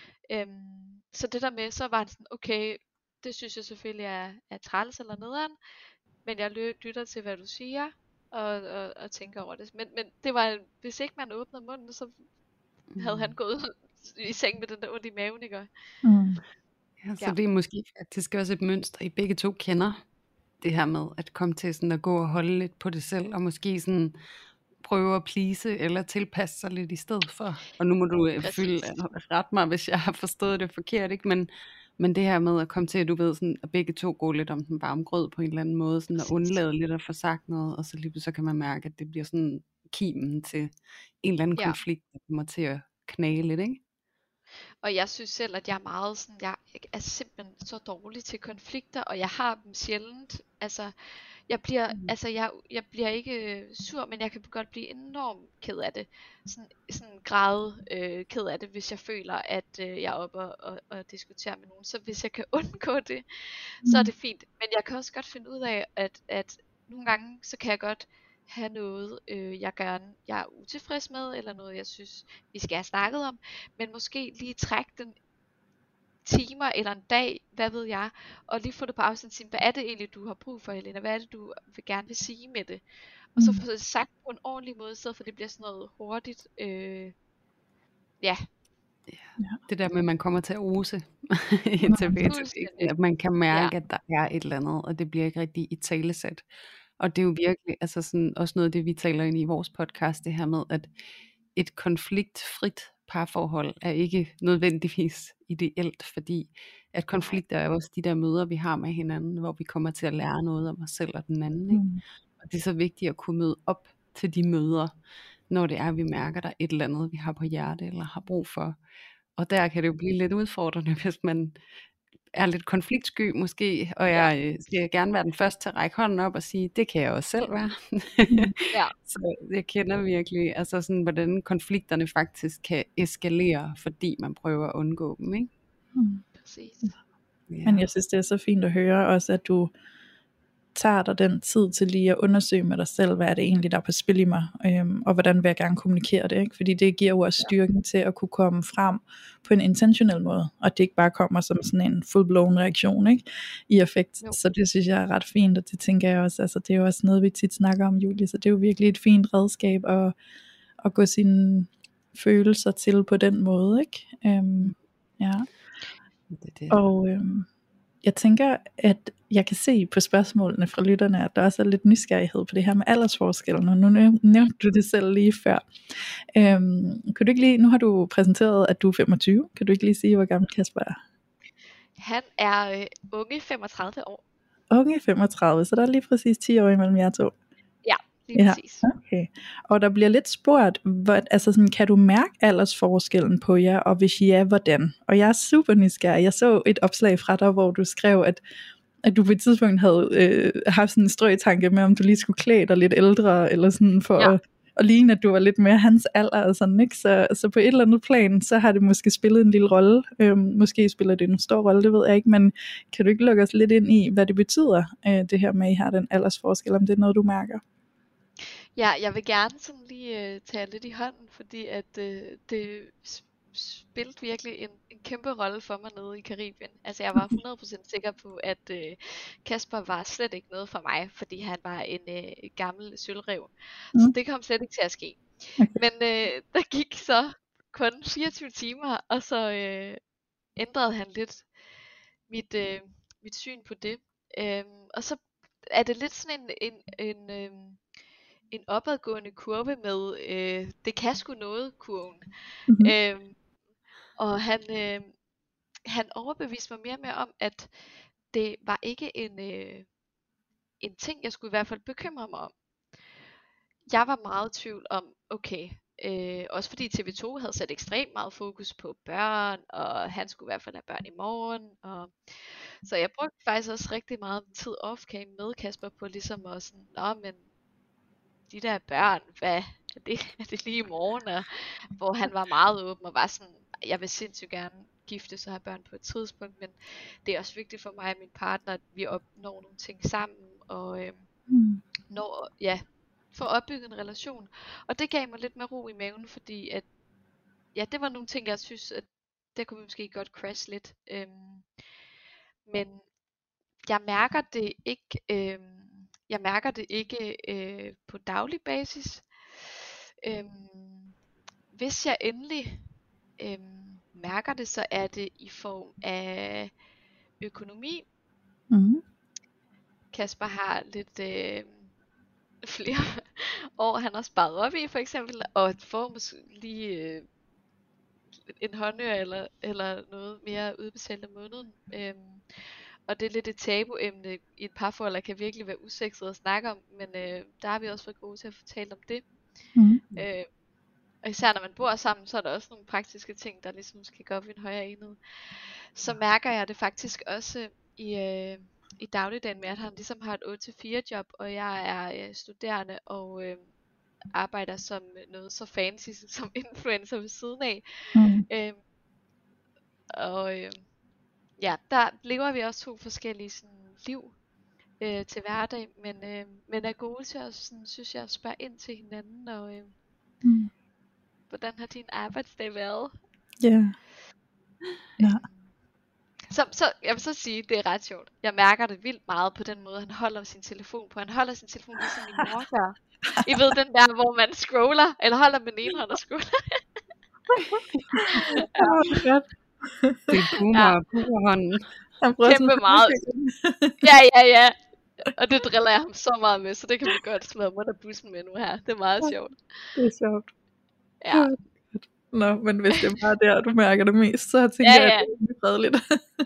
Øhm, så det der med, så var det sådan, okay, det synes jeg selvfølgelig er, er træls eller nederen, men jeg lytter til, hvad du siger, og, og, og tænker over det. Men, men det var, hvis ikke man åbnede munden, så havde han gået i seng med den der ondt i maven, ikke? Mm. Ja, så Ja. det er måske faktisk også et mønster, I begge to kender, det her med at komme til sådan at gå og holde lidt på det selv, og måske sådan prøve at please eller tilpasse sig lidt i stedet for. Og nu må du øh, fylde, ret mig, hvis jeg har forstået det forkert, ikke? Men, men det her med at komme til, at du ved, sådan, at begge to går lidt om den varme grød på en eller anden måde, sådan at undlade lidt at få sagt noget, og så lige så kan man mærke, at det bliver sådan kimen til en eller anden ja. konflikt, der kommer til at knage lidt, ikke? Og jeg synes selv, at jeg er meget sådan, jeg er simpelthen så dårlig til konflikter, og jeg har dem sjældent. Altså, jeg bliver, mm. altså jeg, jeg bliver ikke sur, men jeg kan godt blive enormt ked af det. Sådan, sådan grad øh, ked af det, hvis jeg føler, at øh, jeg er oppe og, og, og diskuterer med nogen. Så hvis jeg kan undgå det, mm. så er det fint. Men jeg kan også godt finde ud af, at, at nogle gange, så kan jeg godt have noget, øh, jeg gerne, jeg er utilfreds med, eller noget, jeg synes, vi skal have snakket om, men måske lige trække den timer eller en dag, hvad ved jeg, og lige få det på afstand og sige, hvad er det egentlig, du har brug for, Helena? Hvad er det, du vil gerne vil sige med det? Og så få det sagt på en ordentlig måde, så for det bliver sådan noget hurtigt. Øh, ja. Ja. Det der med, at man kommer til at ose tilbage til, at man kan mærke, ja. at der er et eller andet, og det bliver ikke rigtig i talesæt. Og det er jo virkelig altså sådan, også noget af det, vi taler ind i vores podcast, det her med, at et konfliktfrit parforhold er ikke nødvendigvis ideelt, fordi at konflikter er også de der møder, vi har med hinanden, hvor vi kommer til at lære noget om os selv og den anden. Ikke? Mm. Og det er så vigtigt at kunne møde op til de møder, når det er, at vi mærker, der er et eller andet, vi har på hjerte eller har brug for. Og der kan det jo blive lidt udfordrende, hvis man er lidt konfliktsky måske, og jeg ja. skal gerne være den første til at række hånden op og sige, det kan jeg også selv være. Ja. Så jeg kender virkelig, altså sådan, hvordan konflikterne faktisk kan eskalere, fordi man prøver at undgå dem, ikke? Mm. Præcis. Ja. Men jeg synes, det er så fint at høre også, at du tager dig den tid til lige at undersøge med dig selv, hvad er det egentlig, der er på spil i mig, øhm, og hvordan vil jeg gerne kommunikere det, ikke? Fordi det giver jo også styrken ja. til at kunne komme frem på en intentionel måde, og det ikke bare kommer som sådan en full-blown reaktion, ikke? I effekt, jo. Så det synes jeg er ret fint, og det tænker jeg også, altså det er jo også noget, vi tit snakker om, Julie, så det er jo virkelig et fint redskab at, at gå sine følelser til på den måde, ikke? Øhm, ja. Det, det. Og øhm, jeg tænker, at jeg kan se på spørgsmålene fra lytterne, at der også er lidt nysgerrighed på det her med aldersforskellen, og nu nævnte du det selv lige før. Øhm, kan du ikke lige, nu har du præsenteret, at du er femogtyve. Kan du ikke lige sige, hvor gammel Kasper er? Han er øh, unge femogtredive år. Unge femogtredive, så der er lige præcis ti år imellem jer to. Ja, lige Ja, præcis. okay. Og der bliver lidt spurgt, hvor, altså sådan, kan du mærke aldersforskellen på jer, og hvis ja, hvordan? Og jeg er super nysgerrig. Jeg så et opslag fra dig, hvor du skrev, at, at du på et tidspunkt havde øh, haft sådan en strøtanke med, om du lige skulle klæde dig lidt ældre, eller sådan for ja. at, at ligne, at du var lidt mere hans alder, og sådan, ikke? Så, så på et eller andet plan, så har det måske spillet en lille rolle. Øhm, måske spiller det en stor rolle, det ved jeg ikke, men kan du ikke lukke os lidt ind i, hvad det betyder, øh, det her med, at I har den aldersforskel, om det er noget, du mærker? Ja, jeg vil gerne sådan lige øh, tage lidt i hånden, fordi at øh, det spillede virkelig en, en kæmpe rolle for mig nede i Karibien. Altså jeg var hundrede procent sikker på, at øh, Kasper var slet ikke noget for mig, fordi han var en øh, gammel sølvrev. Mm. Så det kom slet ikke til at ske. Men øh, der gik så kun fireogtyve timer, og så øh, ændrede han lidt mit, øh, mit syn på det. Øhm, og så er det lidt sådan en... en, en øh, en opadgående kurve med øh, det kan sgu noget kurven. Mm-hmm. Øhm, og han, øh, han overbeviste mig mere og mere om, at det var ikke en, øh, en ting, jeg skulle i hvert fald bekymre mig om. Jeg var meget i tvivl om, okay, øh, også fordi T V to havde sat ekstremt meget fokus på børn, og han skulle i hvert fald have børn i morgen. Og så jeg brugte faktisk også rigtig meget tid off-cam med Kasper på ligesom at sådan, nå, men de der børn, hvad er det, er det lige i morgen? Og, hvor han var meget åben og var sådan, jeg vil sindssygt gerne giftes og have børn på et tidspunkt, men det er også vigtigt for mig og min partner, at vi opnår nogle ting sammen, og øh, mm. når, ja, for at opbygge en relation. Og det gav mig lidt mere ro i maven, fordi at, ja, det var nogle ting, jeg synes, at der kunne vi måske godt crash lidt. Øhm, men jeg mærker det ikke... Øhm, Jeg mærker det ikke øh, på daglig basis. Øhm, hvis jeg endelig øhm, mærker det, så er det i form af økonomi. Mm. Kasper har lidt øh, flere år, han har sparet op i for eksempel, og får måske lige øh, en håndør eller, eller noget mere udbetalt om måneden. Øhm, Og det er lidt et tabuemne i et parforhold, der kan virkelig være usekset at snakke om, men øh, der har vi også været gode til at fortælle om det. Mm. Øh, og især når man bor sammen, så er der også nogle praktiske ting, der ligesom skal gå op i en højere enhed. Så mærker jeg det faktisk også i, øh, i dagligdagen med, at han ligesom har et otte til fire job, og jeg er øh, studerende og øh, arbejder som noget så fancy som influencer ved siden af. Mm. Øh, og... Øh, Ja, der lever vi også to forskellige sådan, liv øh, til hverdag, men, øh, men er gode til at, sådan, synes jeg, spørge ind til hinanden, og øh, mm. hvordan har din arbejdsdag været? Ja. Yeah. Ja. Øh, så, så jeg vil så sige, det er ret sjovt. Jeg mærker det vildt meget på den måde, han holder sin telefon på. Han holder sin telefon ligesom min mor gør. I ved den der, hvor man scroller, eller holder med den ene hånd og scroller. Ja. Det er boomer, boomerhånden. Kæmpe meget. Ja, ja, ja. Og det driller jeg ham så meget med, så det kan vi godt smadre mig der bussen med nu her. Det er meget sjovt. Det er sjovt. Ja. Nå, men hvis det er bare der, du mærker det mest, så tænker ja, ja. jeg, at det er fredeligt.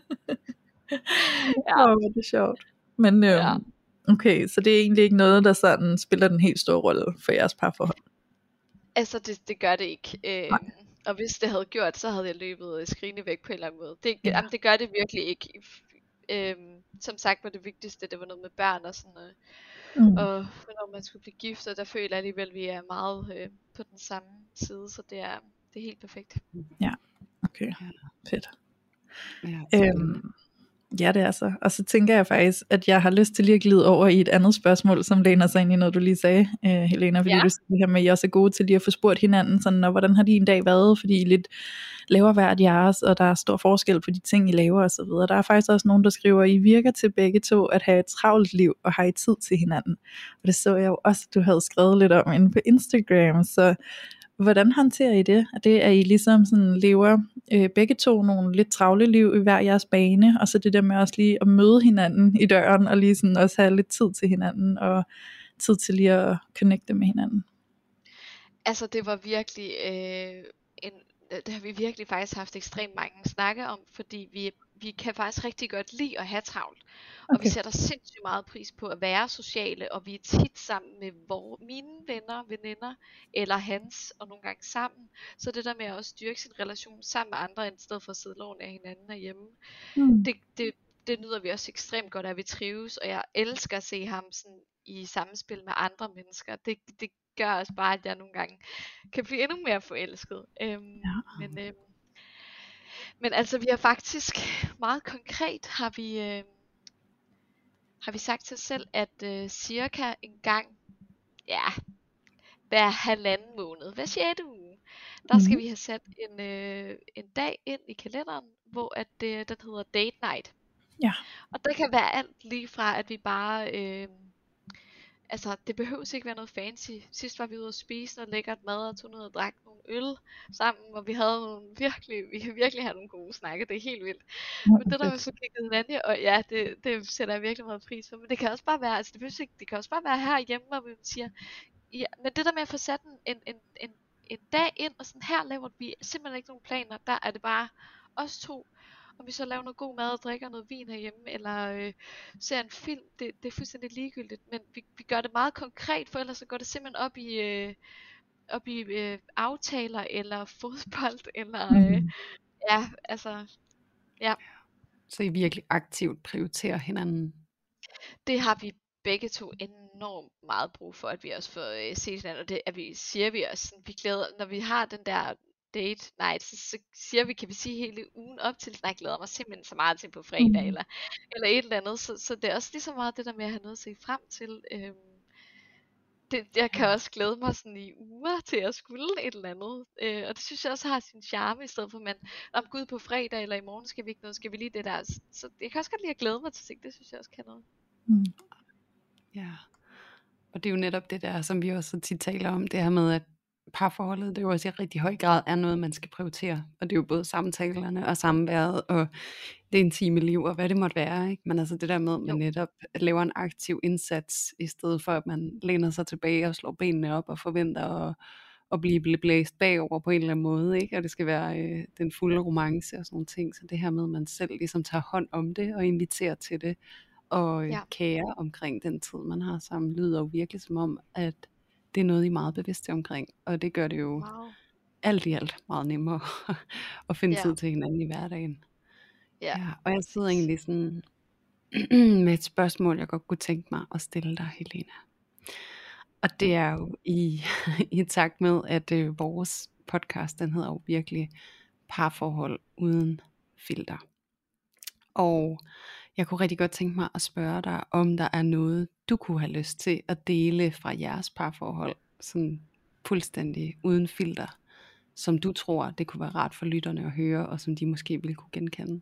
Ja. Åh, det er sjovt. Men øhm, ja. Okay, så det er egentlig ikke noget, der sådan spiller den helt store rolle for jeres parforhold? Altså, det, det gør det ikke. Øh, og hvis det havde gjort, så havde jeg løbet skrigende væk på en eller anden måde. Det, ja. Jamen, det gør det virkelig ikke. Øhm, som sagt var det vigtigste, det var noget med børn og sådan noget. Mm. Og når man skulle blive gift, og der føler jeg alligevel, at vi er meget øh, på den samme side, så det er, det er helt perfekt. Ja, okay. Fedt. Ja, øhm, ja, det er så. Og så tænker jeg faktisk, at jeg har lyst til lige at glide over i et andet spørgsmål, som læner sig ind i noget, du lige sagde, øh, Helena, fordi ja. Du siger det her med, at I også er gode til lige at få spurgt hinanden, sådan, og hvordan har de en dag været, fordi I lidt laver hvert jeres, og der er stor forskel på de ting, I laver og så videre. Der er faktisk også nogen, der skriver, at I virker til begge to at have et travlt liv, og har I tid til hinanden. Og det så jeg jo også, at du havde skrevet lidt om inde på Instagram, så hvordan håndterer I det? Er det, at I ligesom sådan lever øh, begge to nogle lidt travle liv i hver jeres bane, og så det der med også lige at møde hinanden i døren, og lige sådan også have lidt tid til hinanden, og tid til lige at connecte med hinanden. Altså det var virkelig øh, en, det har vi virkelig faktisk haft ekstremt mange snakke om, fordi vi, vi kan faktisk rigtig godt lide at have travlt. Og Okay. vi sætter sindssygt meget pris på at være sociale, og vi er tit sammen med vor, mine venner, veninder, eller hans, og nogle gange sammen. Så det der med at også styrke sin relation sammen med andre, i stedet for at sidde lån af hinanden derhjemme, Mm. det, det, det nyder vi også ekstremt godt af, at vi trives, og jeg elsker at se ham sådan i samspil med andre mennesker. Det, det gør også bare, at jeg nogle gange kan blive endnu mere forelsket. Øhm, Ja. men, øhm, men altså, vi har faktisk meget konkret, har vi, øh, har vi sagt til os selv, at øh, cirka en gang, ja, hver halvanden måned, hver sjette uge, der skal Mhm. vi have sat en, øh, en dag ind i kalenderen, hvor at, øh, den hedder date night. Ja. Og det kan være alt lige fra, at vi bare, øh, altså det behøves ikke være noget fancy. Sidst var vi ude at spise noget lækkert mad og tog ned og drak nogle øl sammen, og vi havde nogle virkelig, vi kan virkelig have nogle gode snakke, det er helt vildt. Hvor Men det der med fedt. så kigget hinanden, og ja, det, det sætter jeg virkelig meget pris på. Men det kan også bare være, altså det behøves ikke, det kan også bare være herhjemme, hvor vi siger, ja, men det der med at få sat en, en, en, en, en dag ind, og sådan her laver vi simpelthen ikke nogen planer, der er det bare os to, om vi så laver noget god mad og drikker noget vin herhjemme, eller øh, ser en film, det, det er fuldstændig ligegyldigt, men vi, vi gør det meget konkret, for ellers så går det simpelthen op i, øh, op i øh, aftaler, eller fodbold, eller øh, Mm. ja, altså, ja, Så I virkelig aktivt prioriterer hinanden. det har vi begge to enormt meget brug for, at vi også får øh, set hinanden, og det at vi siger vi også, sådan, vi glæder, når vi har den der date night, så, så siger vi, kan vi sige hele ugen op til, nej, jeg glæder mig simpelthen så meget til på fredag, Mm. eller, eller et eller andet, så, så det er også lige så meget det der med at have noget at se frem til. Øhm, det, jeg kan også glæde mig sådan i uger til at skulle et eller andet, øh, og det synes jeg også har sin charme, i stedet for, man, om gud på fredag, eller i morgen skal vi ikke noget, skal vi lige det der, så, så jeg kan også godt lide at glæde mig til ting, det synes jeg også kan noget. Mm. Ja. Og det er jo netop det der, som vi også så tit taler om, det her med, at parforholdet, det er jo også i rigtig høj grad er noget, man skal prioritere. Og det er jo både samtalerne og samværet og det intime liv og hvad det måtte være. Ikke? Men altså det der med, at man Jo. netop laver en aktiv indsats, i stedet for at man læner sig tilbage og slår benene op og forventer at, at blive blæ- blæst bagover på en eller anden måde. Ikke? Og det skal være øh, den fulde romance og sådan nogle ting. Så det her med, at man selv ligesom tager hånd om det og inviterer til det, og øh, Ja. kære omkring den tid, man har sammen, lyder jo virkelig som om, at det er noget, I er meget bevidste omkring. Og det gør det jo Wow. alt i alt meget nemmere at finde Ja. tid til hinanden i hverdagen. Ja, Ja, og jeg sidder præcis. egentlig sådan med et spørgsmål, jeg godt kunne tænke mig at stille dig, Helena. Og det er jo i, i takt med, at øh, vores podcast, den hedder jo virkelig Parforhold uden filter. Og jeg kunne rigtig godt tænke mig at spørge dig, om der er noget, du kunne have lyst til at dele fra jeres parforhold, sådan fuldstændig uden filter, som du tror, det kunne være rart for lytterne at høre, og som de måske ville kunne genkende.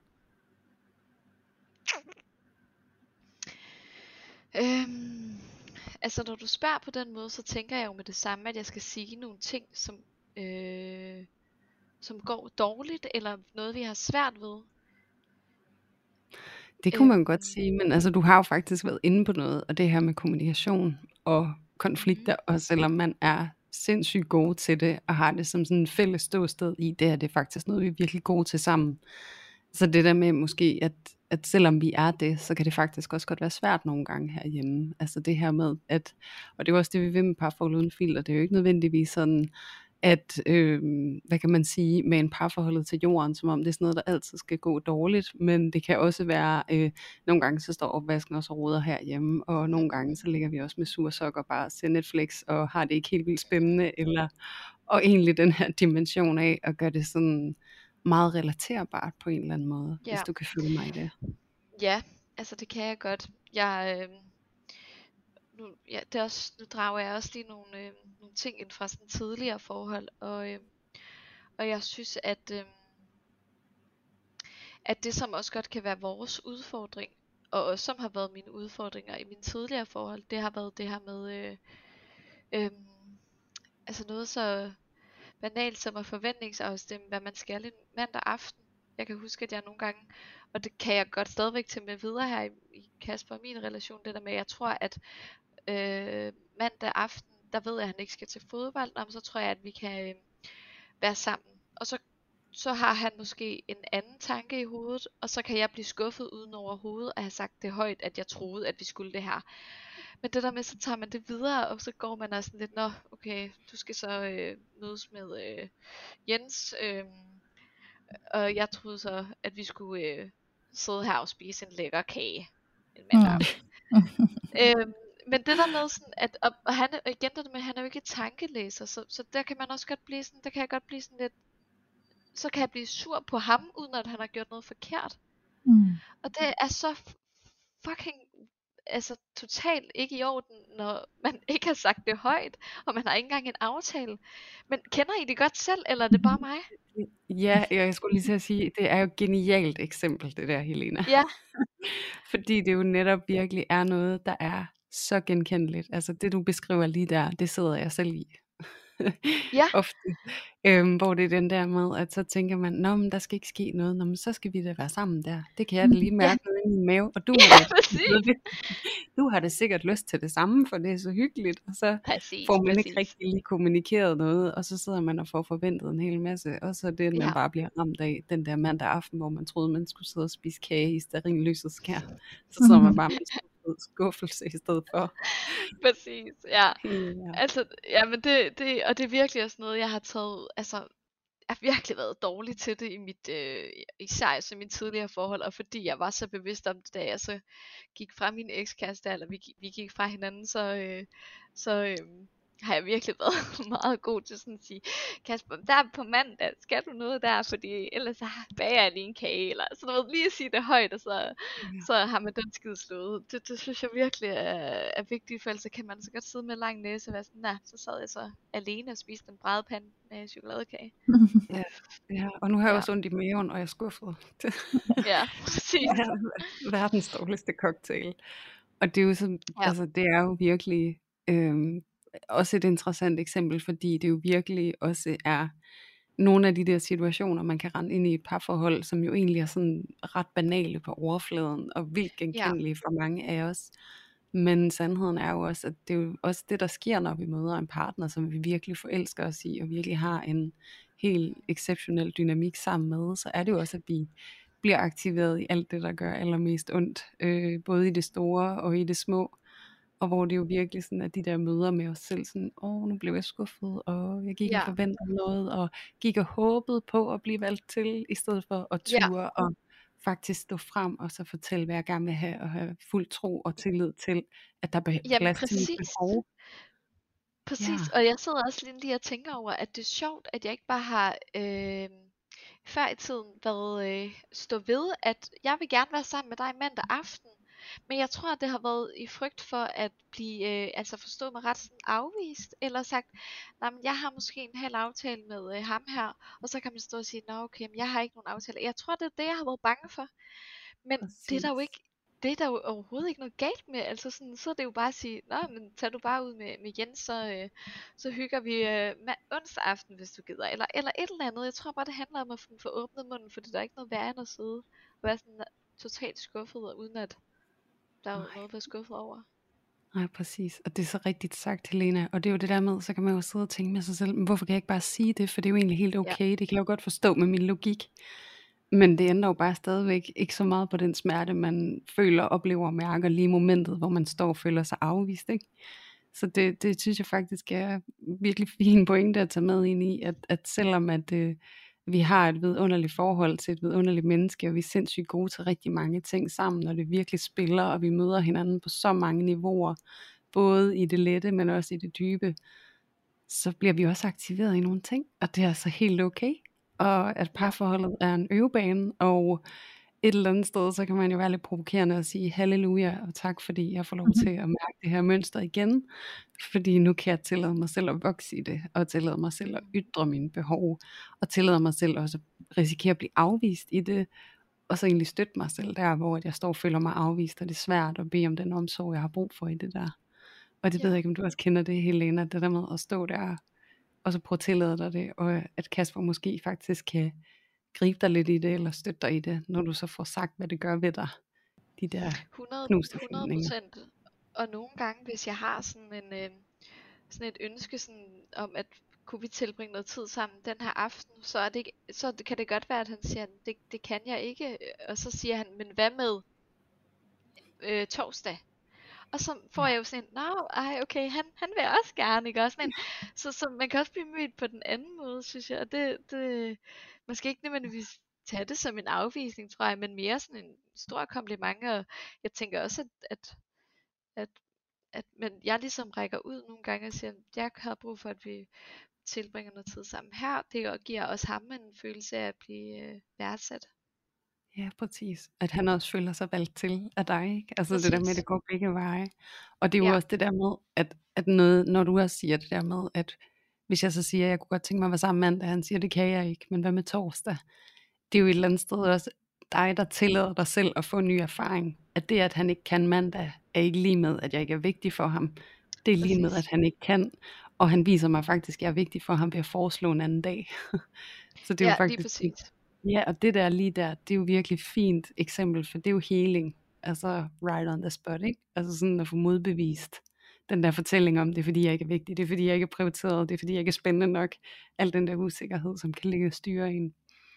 Øhm, altså når du spørger på den måde, så tænker jeg jo med det samme, at jeg skal sige nogle ting, som, øh, som går dårligt, eller noget vi har svært ved. Det kunne man Øhm, godt sige, men altså du har jo faktisk været inde på noget, og det her med kommunikation og konflikter, mhm. og selvom man er sindssygt gode til det, og har det som sådan en fælles ståsted i, det er det faktisk noget, vi er virkelig gode til sammen. Så det der med måske, at, at selvom vi er det, så kan det faktisk også godt være svært nogle gange herhjemme. Altså det her med, at, og det er jo også det, vi vil med parforhold uden filter, det er jo ikke nødvendigvis sådan, at, øh, hvad kan man sige, med en parforholdet til jorden, som om det er sådan noget, der altid skal gå dårligt, men det kan også være, øh, nogle gange så står opvasken også og roder herhjemme, og nogle gange så ligger vi også med sursokker og bare ser Netflix, og har det ikke helt vildt spændende, eller, og egentlig den her dimension af, at gøre det sådan meget relaterbart på en eller anden måde, Ja. hvis du kan følge mig i det. Ja, altså det kan jeg godt. Jeg, øh, nu, ja, det er også, nu drager jeg også lige nogle, øh, nogle ting ind fra sådan tidligere forhold, og, øh, og jeg synes, at, øh, at det som også godt kan være vores udfordring, og også som har været mine udfordringer i mine tidligere forhold, det har været det her med, øh, øh, altså noget så banalt som at forventningsafstemme, hvad man skal en mandag aften. Jeg kan huske, at jeg nogle gange, og det kan jeg godt stadigvæk tage med videre her i, i Kasper og min relation, det der med, jeg tror, at øh, mandag aften, der ved jeg, at han ikke skal til fodbold, og så tror jeg, at vi kan øh, være sammen. Og så, så har han måske en anden tanke i hovedet, og så kan jeg blive skuffet uden over hovedet, at have sagt det højt, at jeg troede, at vi skulle det her. Men det der med, så tager man det videre, og så går man også sådan lidt, nå, okay, du skal så øh, mødes med øh, Jens, øh, og jeg troede så, at vi skulle øh, sidde her og spise en lækker kage en mandag aften. øhm, men det der med sådan, at og, og han, og igen det med, han er jo ikke tankelæser, så, så der kan man også godt blive sådan, der kan jeg godt blive sådan lidt, så kan jeg blive sur på ham, uden at han har gjort noget forkert. Mm. Og det er så fucking, altså totalt ikke i orden, når man ikke har sagt det højt, og man har ikke engang en aftale. Men kender I det godt selv, eller er det bare mig? Ja, jeg skulle lige til at sige, det er jo et genialt eksempel, det der, Helena. Ja. Fordi det jo netop virkelig er noget, der er så genkendeligt. Altså det, du beskriver lige der, det sidder jeg selv i. Ja. Ofte. Øhm, hvor det er den der med, at så tænker man, nå, men der skal ikke ske noget, nå, men så skal vi da være sammen der. Det kan jeg da lige mærke ja. nede i min mave, og du har, ja, det, du har da sikkert lyst til det samme, for det er så hyggeligt, og så præcis, får man præcis. ikke rigtig lige kommunikeret noget, og så sidder man og får forventet en hel masse, og så er det, man ja. bare bliver ramt af den der mandag aften, hvor man troede, man skulle sidde og spise kage i stearinlysets skær. Så sidder man bare med skuffelse i stedet for. Præcis, ja. ja. Altså, ja, men det, det, og det er virkelig også noget, jeg har taget, altså, jeg har virkelig været dårlig til det i mit, øh, især i mine tidligere forhold, og fordi jeg var så bevidst om det, da jeg så gik fra min ekskæreste, eller vi, vi gik fra hinanden, så, øh, så øh, har jeg virkelig været meget god til sådan at sige, Kasper, der på mandag, skal du noget der, fordi ellers så bager jeg lige en kage, eller sådan noget, lige at sige det højt, og så, ja. så har man den skid slået. Det, det synes jeg virkelig er, er vigtigt, for ellers kan man så godt sidde med lang næse og være sådan, nej, så sad jeg så alene og spiste en brædepande med chokoladekage. ja, ja, og nu har jeg ja. også ondt i maven, og jeg er skuffet. ja, præcis. Verdens dårligste cocktail. Og det er jo sådan, ja. altså det er jo virkelig øhm, også et interessant eksempel, fordi det jo virkelig også er nogle af de der situationer, man kan rende ind i et parforhold, som jo egentlig er sådan ret banale på overfladen, og vildt genkendelige ja. for mange af os. Men sandheden er jo også, at det er jo også det, der sker, når vi møder en partner, som vi virkelig forelsker os i, og virkelig har en helt exceptionel dynamik sammen med, så er det jo også, at vi bliver aktiveret i alt det, der gør allermest ondt, øh, både i det store og i det små, og hvor det jo virkelig sådan, at de der møder med os selv, sådan, åh, nu blev jeg skuffet, og jeg gik ja. og forventede noget, og gik og håbede på at blive valgt til, i stedet for at ture ja. og faktisk stå frem, og så fortælle, hvad jeg gerne vil have, og have fuld tro og tillid til, at der er plads til mit behov. Præcis, ja. og jeg sidder også lige og tænker over, at det er sjovt, at jeg ikke bare har øh, før i tiden været øh, stå ved, at jeg vil gerne være sammen med dig mandag aften, men jeg tror, at det har været i frygt for at blive, øh, altså forstå mig ret sådan afvist, eller sagt, nej, men jeg har måske en hel aftale med øh, ham her, og så kan man stå og sige, nå okay, men jeg har ikke nogen aftale. Jeg tror, det er det, jeg har været bange for, men Præcis. det er der jo ikke, det er der jo overhovedet ikke noget galt med, altså sådan, så er det jo bare at sige, nå, men tag du bare ud med, med Jens, så, øh, så hygger vi øh, onsdag aften, hvis du gider, eller, eller et eller andet. Jeg tror bare, det handler om at få åbnet munden, for der er ikke noget værre end at sidde og være sådan totalt skuffet, uden at der er jo noget at være skuffet over. Nej, præcis, og det er så rigtigt sagt, Helena, og det er jo det der med, så kan man jo sidde og tænke med sig selv, men hvorfor kan jeg ikke bare sige det, for det er jo egentlig helt okay, ja. det kan jeg jo godt forstå med min logik. Men det ændrer jo bare stadigvæk ikke så meget på den smerte, man føler, oplever og mærker lige i momentet, hvor man står og føler sig afvist, ikke? Så det, det synes jeg faktisk er virkelig fin pointe at tage med ind i, at, at selvom at øh, vi har et vidunderligt forhold til et vidunderligt menneske, og vi er sindssygt gode til rigtig mange ting sammen, når det virkelig spiller, og vi møder hinanden på så mange niveauer, både i det lette, men også i det dybe, så bliver vi også aktiveret i nogle ting, og det er altså helt okay. Og at parforholdet er en øvebane, og et eller andet sted, så kan man jo være lidt provokerende og sige halleluja, og tak fordi jeg får lov til at mærke det her mønster igen, fordi nu kan jeg tillade mig selv at vokse i det, og tillade mig selv at ytre mine behov, og tillade mig selv også at risikere at blive afvist i det, og så egentlig støtte mig selv der, hvor jeg står og føler mig afvist, og det er svært at bede om den omsorg, jeg har brug for i det der. Og det ja. ved jeg ikke, om du også kender det, Helena, det der med at stå der og så prøv at tillade dig det, og at Kasper måske faktisk kan gribe dig lidt i det, eller støtte dig i det, når du så får sagt, hvad det gør ved dig, de der hundrede knuste forventninger. procent. Og nogle gange, hvis jeg har sådan en øh, sådan et ønske sådan om, at kunne vi tilbringe noget tid sammen den her aften, så, er det ikke, så kan det godt være, at han siger, det, det kan jeg ikke, og så siger han, men hvad med øh, torsdag? Og så får jeg jo sådan en, nå, ej, okay, han, han vil også gerne, ikke? Også sådan en, så, så man kan også blive mødt på den anden måde, synes jeg. Og det, det, man skal ikke nødvendigvis tage det som en afvisning, tror jeg, men mere sådan en stor kompliment. Og jeg tænker også, at, at, at, at men jeg ligesom rækker ud nogle gange og siger, at jeg har brug for, at vi tilbringer noget tid sammen her. Det giver også ham en følelse af at blive øh, værdsat. Ja, præcis. At han også føler sig valgt til af dig, ikke? Altså det der med, at Præcis. det går begge veje. Og det er jo Ja. også det der med, at, at noget, når du også siger det der med, at hvis jeg så siger, at jeg kunne godt tænke mig at være sammen mandag, han siger, det kan jeg ikke, men hvad med torsdag? Det er jo et eller andet sted også dig, der tillader dig selv at få en ny erfaring. At det, at han ikke kan mandag, er ikke lige med, at jeg ikke er vigtig for ham. Det er lige med, Præcis. at han ikke kan. Og han viser mig faktisk, at jeg er vigtig for ham ved at foreslå en anden dag. Så det er jo Ja, lige faktisk... præcis. Ja, og det der lige der, det er jo virkelig fint eksempel, for det er jo healing. Altså right on the spot, ikke? Altså sådan at få modbevist den der fortælling om, det er fordi jeg ikke er vigtig, det er fordi jeg ikke er prioriteret, det er fordi jeg ikke er spændende nok. Al den der usikkerhed, som kan ligge og styre en.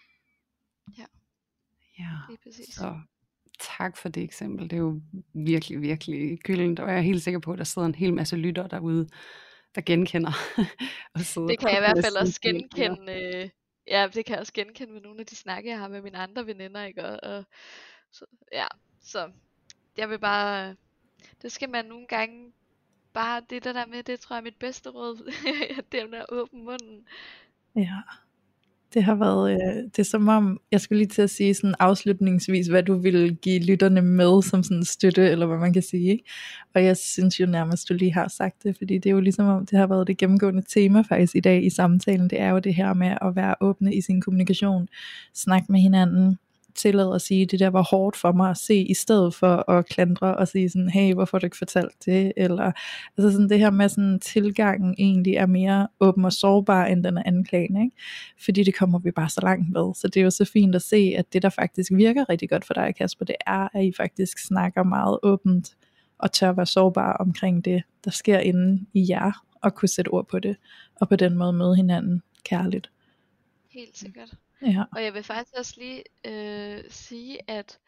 Ja. Ja, Lige præcis. så tak for det eksempel. Det er jo virkelig, virkelig gyldent, og jeg er helt sikker på, at der sidder en hel masse lyttere derude, der genkender. og sidder Det kan jeg i hvert fald også sådan- genkende. Øh, ja, det kan jeg også genkende med nogle af de snakke, jeg har med mine andre veninder, ikke? Og, og så, ja, så jeg vil bare, det skal man nogle gange bare, det der, der med, det tror jeg er mit bedste råd, det er med at åbne munden. Ja, det har været, øh, det er som om, jeg skulle lige til at sige sådan afslutningsvis, hvad du ville give lytterne med som sådan støtte, eller hvad man kan sige, ikke? Og jeg synes jo nærmest, du lige har sagt det, fordi det er jo ligesom om, det har været det gennemgående tema faktisk i dag i samtalen, det er jo det her med at være åbne i sin kommunikation, snak med hinanden, tillade at sige, det der var hårdt for mig at se, i stedet for at klandre og sige sådan, hey, hvorfor har du ikke fortalt det, eller altså sådan det her med sådan tilgangen egentlig er mere åben og sårbar, end den er anklagende, ikke? Fordi det kommer vi bare så langt med, så det er jo så fint at se, at det der faktisk virker rigtig godt for dig, Kasper, det er, at I faktisk snakker meget åbent, og tør være sårbare omkring det, der sker inde i jer, og kunne sætte ord på det, og på den måde møde hinanden kærligt. Helt sikkert. Ja. Og jeg vil faktisk også lige øh, sige, at,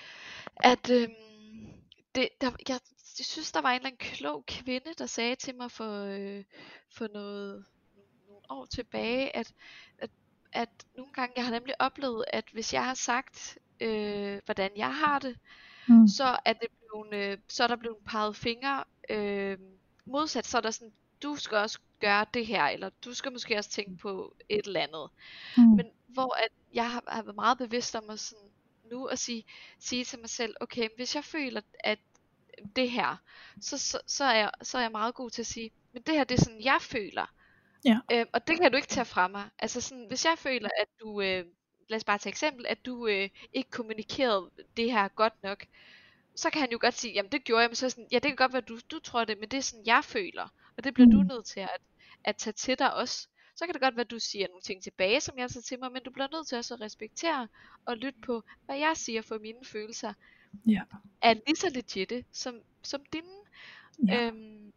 at øh, det, der, jeg, jeg synes, der var en eller anden klog kvinde, der sagde til mig for, øh, for noget, nogle år tilbage, at, at, at nogle gange, jeg har nemlig oplevet, at hvis jeg har sagt, øh, hvordan jeg har det, Mm. så er det blevet, øh, så er der blevet peget fingre øh, modsat, så er der sådan, du skal også gøre det her, eller du skal måske også tænke på et eller andet. Mm. Men hvor at jeg har, har været meget bevidst om at sådan, nu at sige, sige til mig selv, okay, hvis jeg føler, at det her, så, så, så, er jeg, så er jeg meget god til at sige, men det her, det er sådan, jeg føler. Ja. Øh, og det kan du ikke tage fra mig. Altså sådan, hvis jeg føler, at du, øh, lad os bare tage eksempel, at du øh, ikke kommunikerede det her godt nok, så kan han jo godt sige, jamen det gjorde jeg, men så sådan, ja, det kan godt være, du, du tror det, men det er sådan, jeg føler. Og det bliver mm. du nødt til at, at tage til dig også. Så kan det godt være, at du siger nogle ting tilbage, som jeg tager til mig, men du bliver nødt til også at respektere og lytte på, hvad jeg siger for mine følelser. Ja. Er lige så legitte som, som dine. Ja. Øhm,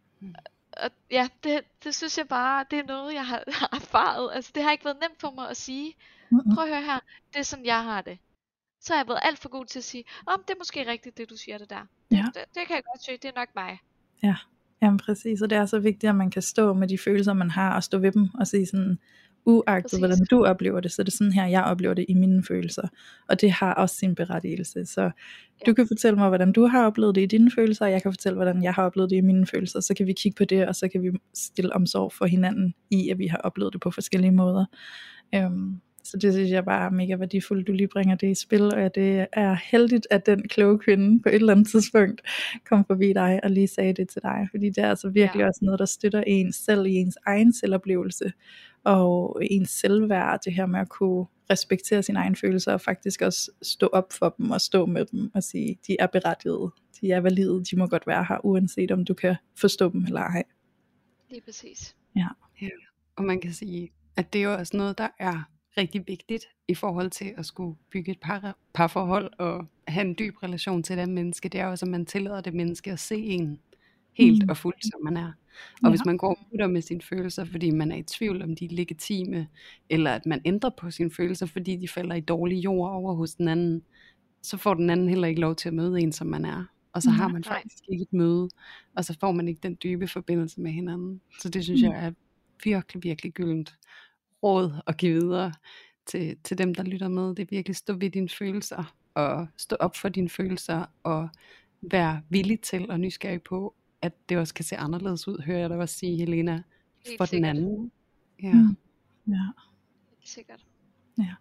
og ja, det, det synes jeg bare, det er noget, jeg har, har erfaret. Altså, det har ikke været nemt for mig at sige. Mm-mm. Prøv at høre her, det er sådan, jeg har det. Så har jeg været alt for god til at sige, om det er måske rigtigt, det du siger det der. Ja. Det, det kan jeg godt se, det er nok mig. Ja, jamen præcis, og det er så vigtigt, at man kan stå med de følelser, man har, og stå ved dem, og sige sådan, uagtet Præcis. hvordan du oplever det, så er det sådan her, jeg oplever det i mine følelser, og det har også sin berettigelse, så Ja. du kan fortælle mig, hvordan du har oplevet det i dine følelser, og jeg kan fortælle, hvordan jeg har oplevet det i mine følelser, så kan vi kigge på det, og så kan vi stille omsorg for hinanden, i at vi har oplevet det på forskellige måder. Øhm, Så det synes jeg bare er mega værdifuldt, du lige bringer det i spil, og det er heldigt, at den kloge kvinde på et eller andet tidspunkt kom forbi dig og lige sagde det til dig, fordi det er altså virkelig Ja. også noget, der støtter en selv i ens egen selvoplevelse, og ens selvværd, det her med at kunne respektere sine egne følelser, og faktisk også stå op for dem, og stå med dem, og sige, de er berettigede, de er valide, de må godt være her, uanset om du kan forstå dem eller ej. Lige præcis. Ja. Ja. Og man kan sige, at det er jo også noget, der er rigtig vigtigt i forhold til at skulle bygge et par, parforhold og have en dyb relation til det menneske. Det er også, at man tillader det menneske at se en helt Mm. og fuldt, som man er. Og Ja. hvis man går og putter med sine følelser, fordi man er i tvivl om de er legitime, eller at man ændrer på sine følelser, fordi de falder i dårlig jord over hos den anden, så får den anden heller ikke lov til at møde en, som man er. Og så har man Nej. faktisk ikke et møde, og så får man ikke den dybe forbindelse med hinanden. Så det synes Mm. jeg er virkelig, virkelig gyldent råd at give videre til, til dem, der lytter med. Det er virkelig stå ved dine følelser, og stå op for dine følelser, og være villig til og nysgerrig på, at det også kan se anderledes ud, hører jeg dig også sige, Helena, Helt for den sikkert. anden. Ja. Mm. Ja. Helt sikkert. Ja.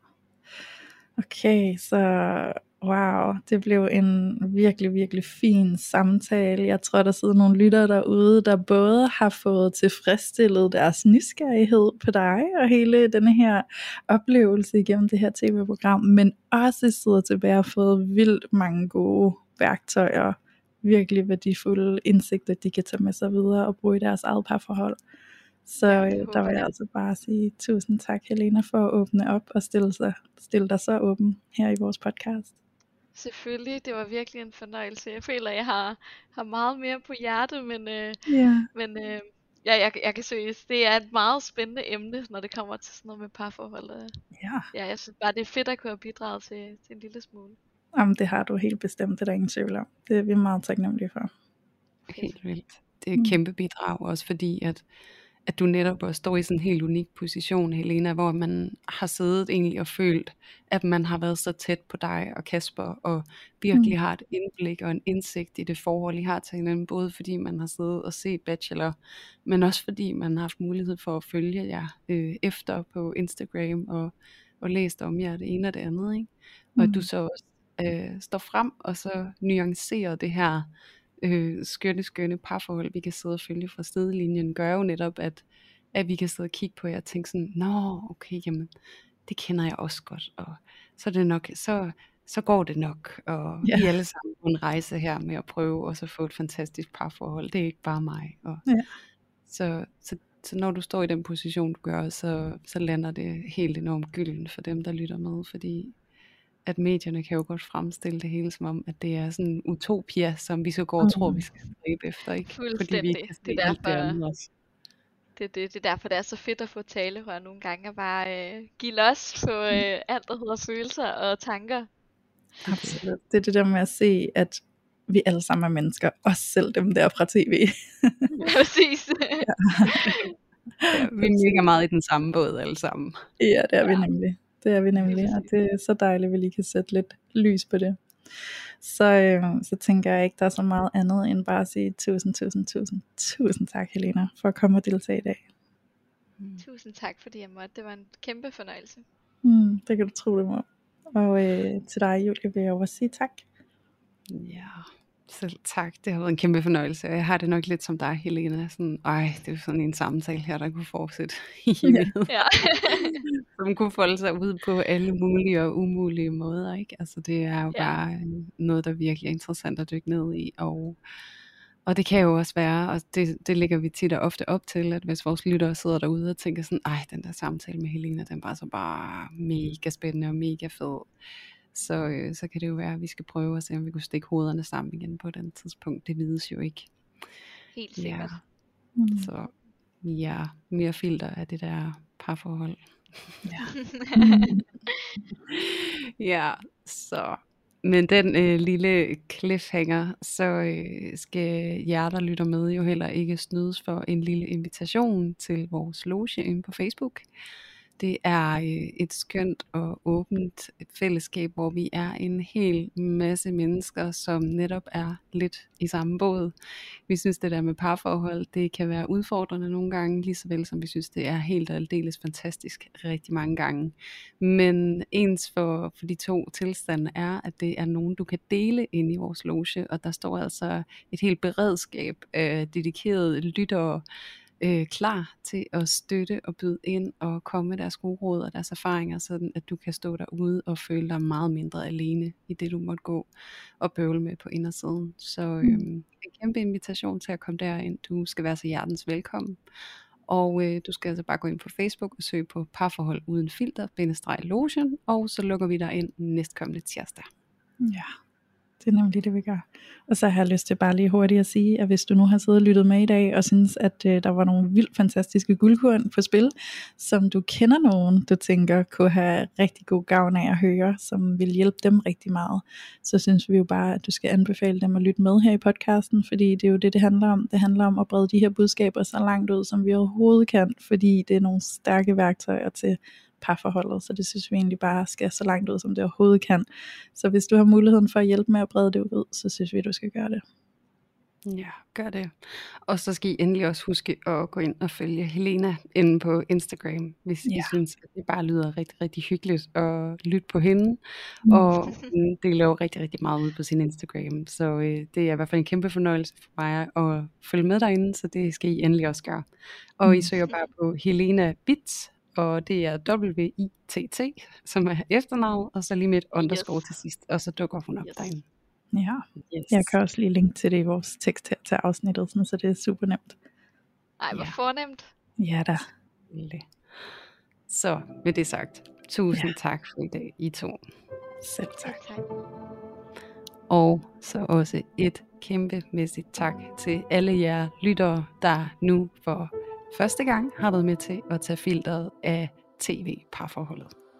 Okay, så wow, det blev en virkelig, virkelig fin samtale. Jeg tror, der sidder nogle lyttere derude, der både har fået tilfredsstillet deres nysgerrighed på dig, og hele denne her oplevelse igennem det her tv-program, men også sidder tilbage og fået vildt mange gode værktøjer, virkelig værdifulde indsigter, de kan tage med sig videre og bruge i deres eget parforhold. Så Ja, øh, det der håber vil jeg jeg. altså bare sige tusind tak, Helena, for at åbne op og stille, sig, stille dig så åben her i vores podcast. Selvfølgelig, det var virkelig en fornøjelse. Jeg føler, at jeg har, har meget mere på hjertet, men, øh, Ja, men øh, ja, jeg, jeg kan seriøst, det er et meget spændende emne, når det kommer til sådan noget med parforhold. og ja. Ja, jeg synes bare, det er fedt at kunne have bidraget til, til en lille smule. Jamen, det har du helt bestemt, det er der ingen tvivl om. Det er vi meget taknemmelige for. Helt vildt. Det er et Mm. kæmpe bidrag også, fordi at, at du netop også står i sådan en helt unik position, Helena, hvor man har siddet egentlig og følt, at man har været så tæt på dig og Kasper, og virkelig Mm. har et indblik og en indsigt i det forhold, I har til hinanden, både fordi man har siddet og set Bachelor, men også fordi man har haft mulighed for at følge jer øh, efter på Instagram, og, og læst om jer det ene og det andet, ikke? Og at du Mm. så også øh, står frem, og så nuancerer det her øh, skønne, skønne parforhold, vi kan sidde og følge fra sidelinjen, gør jo netop, at, at vi kan sidde og kigge på jer og tænke sådan, nå, okay, jamen, det kender jeg også godt, og så er det nok, så, så går det nok, og Ja. vi er alle sammen på en rejse her med at prøve også at få et fantastisk parforhold, det er ikke bare mig, og Ja. så, så, så når du står i den position, du gør, så, så lander det helt enormt gyldent for dem, der lytter med, fordi at medierne kan jo godt fremstille det hele som om, at det er sådan en utopia, som vi så går og tror, vi Mm. skal stræbe efter, ikke? Fordi vi Fuldstændig. ikke kan Det se er alt det derfor, andet også. det, det, det er derfor, det er så fedt at få talerør nogle gange, og bare øh, give los på øh, alt, der hedder følelser og tanker. Absolut. Det er det der med at se, at vi alle sammen er mennesker, også selv dem der fra tv. Præcis. Ja. Ja, vi er mega meget i den samme båd alle sammen. Ja, det er vi Ja. nemlig. Det er vi nemlig, Lige og præcis. det er så dejligt, at vi lige kan sætte lidt lys på det. Så, øh, så tænker jeg ikke, der er så meget andet end bare at sige tusind, tusind, tusind, tusind tak, Helena, for at komme og deltage i dag. Tusind tak, fordi jeg måtte. Det var en kæmpe fornøjelse. Mm, det kan du tro, det må. Og øh, til dig, Julie, vil jeg også sige tak. Ja, selv tak. Det har været en kæmpe fornøjelse. Og jeg har det nok lidt som dig, Helena. Sådan, ej, det er jo sådan en samtale her, der kunne fortsætte i evighed. Ja. Som kunne folde sig ud på alle mulige og umulige måder, ikke? Altså det er jo Ja. bare øh, noget, der virkelig er interessant at dykke ned i, og, og det kan jo også være, og det, det lægger vi tit og ofte op til, at hvis vores lyttere sidder derude og tænker sådan, ej, den der samtale med Helena, den var så bare mega spændende og mega fed, så, øh, så kan det jo være, at vi skal prøve at se, om vi kunne stikke hovederne sammen igen på den tidspunkt. Det vides jo ikke. Helt Ja, sikkert. Mm. så ja, mere filter af det der parforhold. Ja. Ja, så men den øh, lille cliffhanger, så øh, skal jer, der lytter med, jo heller ikke snydes for en lille invitation til vores loge inde på Facebook. Det er øh, et skønt og åbent fællesskab, hvor vi er en hel masse mennesker, som netop er lidt i samme båd. Vi synes, det der med parforhold, det kan være udfordrende nogle gange, lige så vel som vi synes, det er helt og aldeles fantastisk rigtig mange gange. Men ens for, for de to tilstande er, at det er nogen, du kan dele ind i vores loge, og der står altså et helt beredskab af dedikerede lyttere, øh, klar til at støtte og byde ind og komme med deres gode råd og deres erfaringer, sådan at du kan stå derude og føle dig meget mindre alene i det, du måtte gå og bøvle med på indersiden. Så øh, en kæmpe invitation til at komme derind. Du skal være så hjertens velkommen. Og øh, du skal altså bare gå ind på Facebook og søge på parforhold uden filter, bindestreg lotion, og så lukker vi dig ind næstkommende tirsdag. Ja, det er nemlig det, vi gør. Og så har jeg lyst til bare lige hurtigt at sige, at hvis du nu har siddet og lyttet med i dag, og synes, at øh, der var nogle vildt fantastiske guldkorn på spil, som du kender nogen, du tænker kunne have rigtig god gavn af at høre, som vil hjælpe dem rigtig meget, så synes vi jo bare, at du skal anbefale dem at lytte med her i podcasten, fordi det er jo det, det handler om. Det handler om at brede de her budskaber så langt ud, som vi overhovedet kan, fordi det er nogle stærke værktøjer til parforholdet, så det synes vi egentlig bare skal så langt ud, som det overhovedet kan. Så hvis du har muligheden for at hjælpe med at brede det ud, så synes vi, du skal gøre det. Ja, gør det. Og så skal I endelig også huske at gå ind og følge Helena inde på Instagram, hvis Ja. I synes, at det bare lyder rigtig, rigtig hyggeligt at lytte på hende. Mm. Og hun deler jo rigtig, rigtig meget ud på sin Instagram, så øh, det er i hvert fald en kæmpe fornøjelse for mig at følge med derinde, så det skal I endelig også gøre. Og I Mm. søger bare på Helena Bits, og det er W I T T, som er efternavn, og så lige med et underscore Yes. til sidst, og så dukker hun op Yes. derinde. Ja, Yes. jeg kan også lige linke til det i vores tekst her til afsnittet, sådan, så det er super nemt. Ej, hvor Ja. fornemt. Ja da. Selvfølgelig. Så med det sagt, tusind ja. tak for i dag, I to. Selv tak. Tak. Og så også et kæmpemæssigt tak til alle jer lyttere, der nu for første gang har været med til at tage filteret af T V-parforholdet.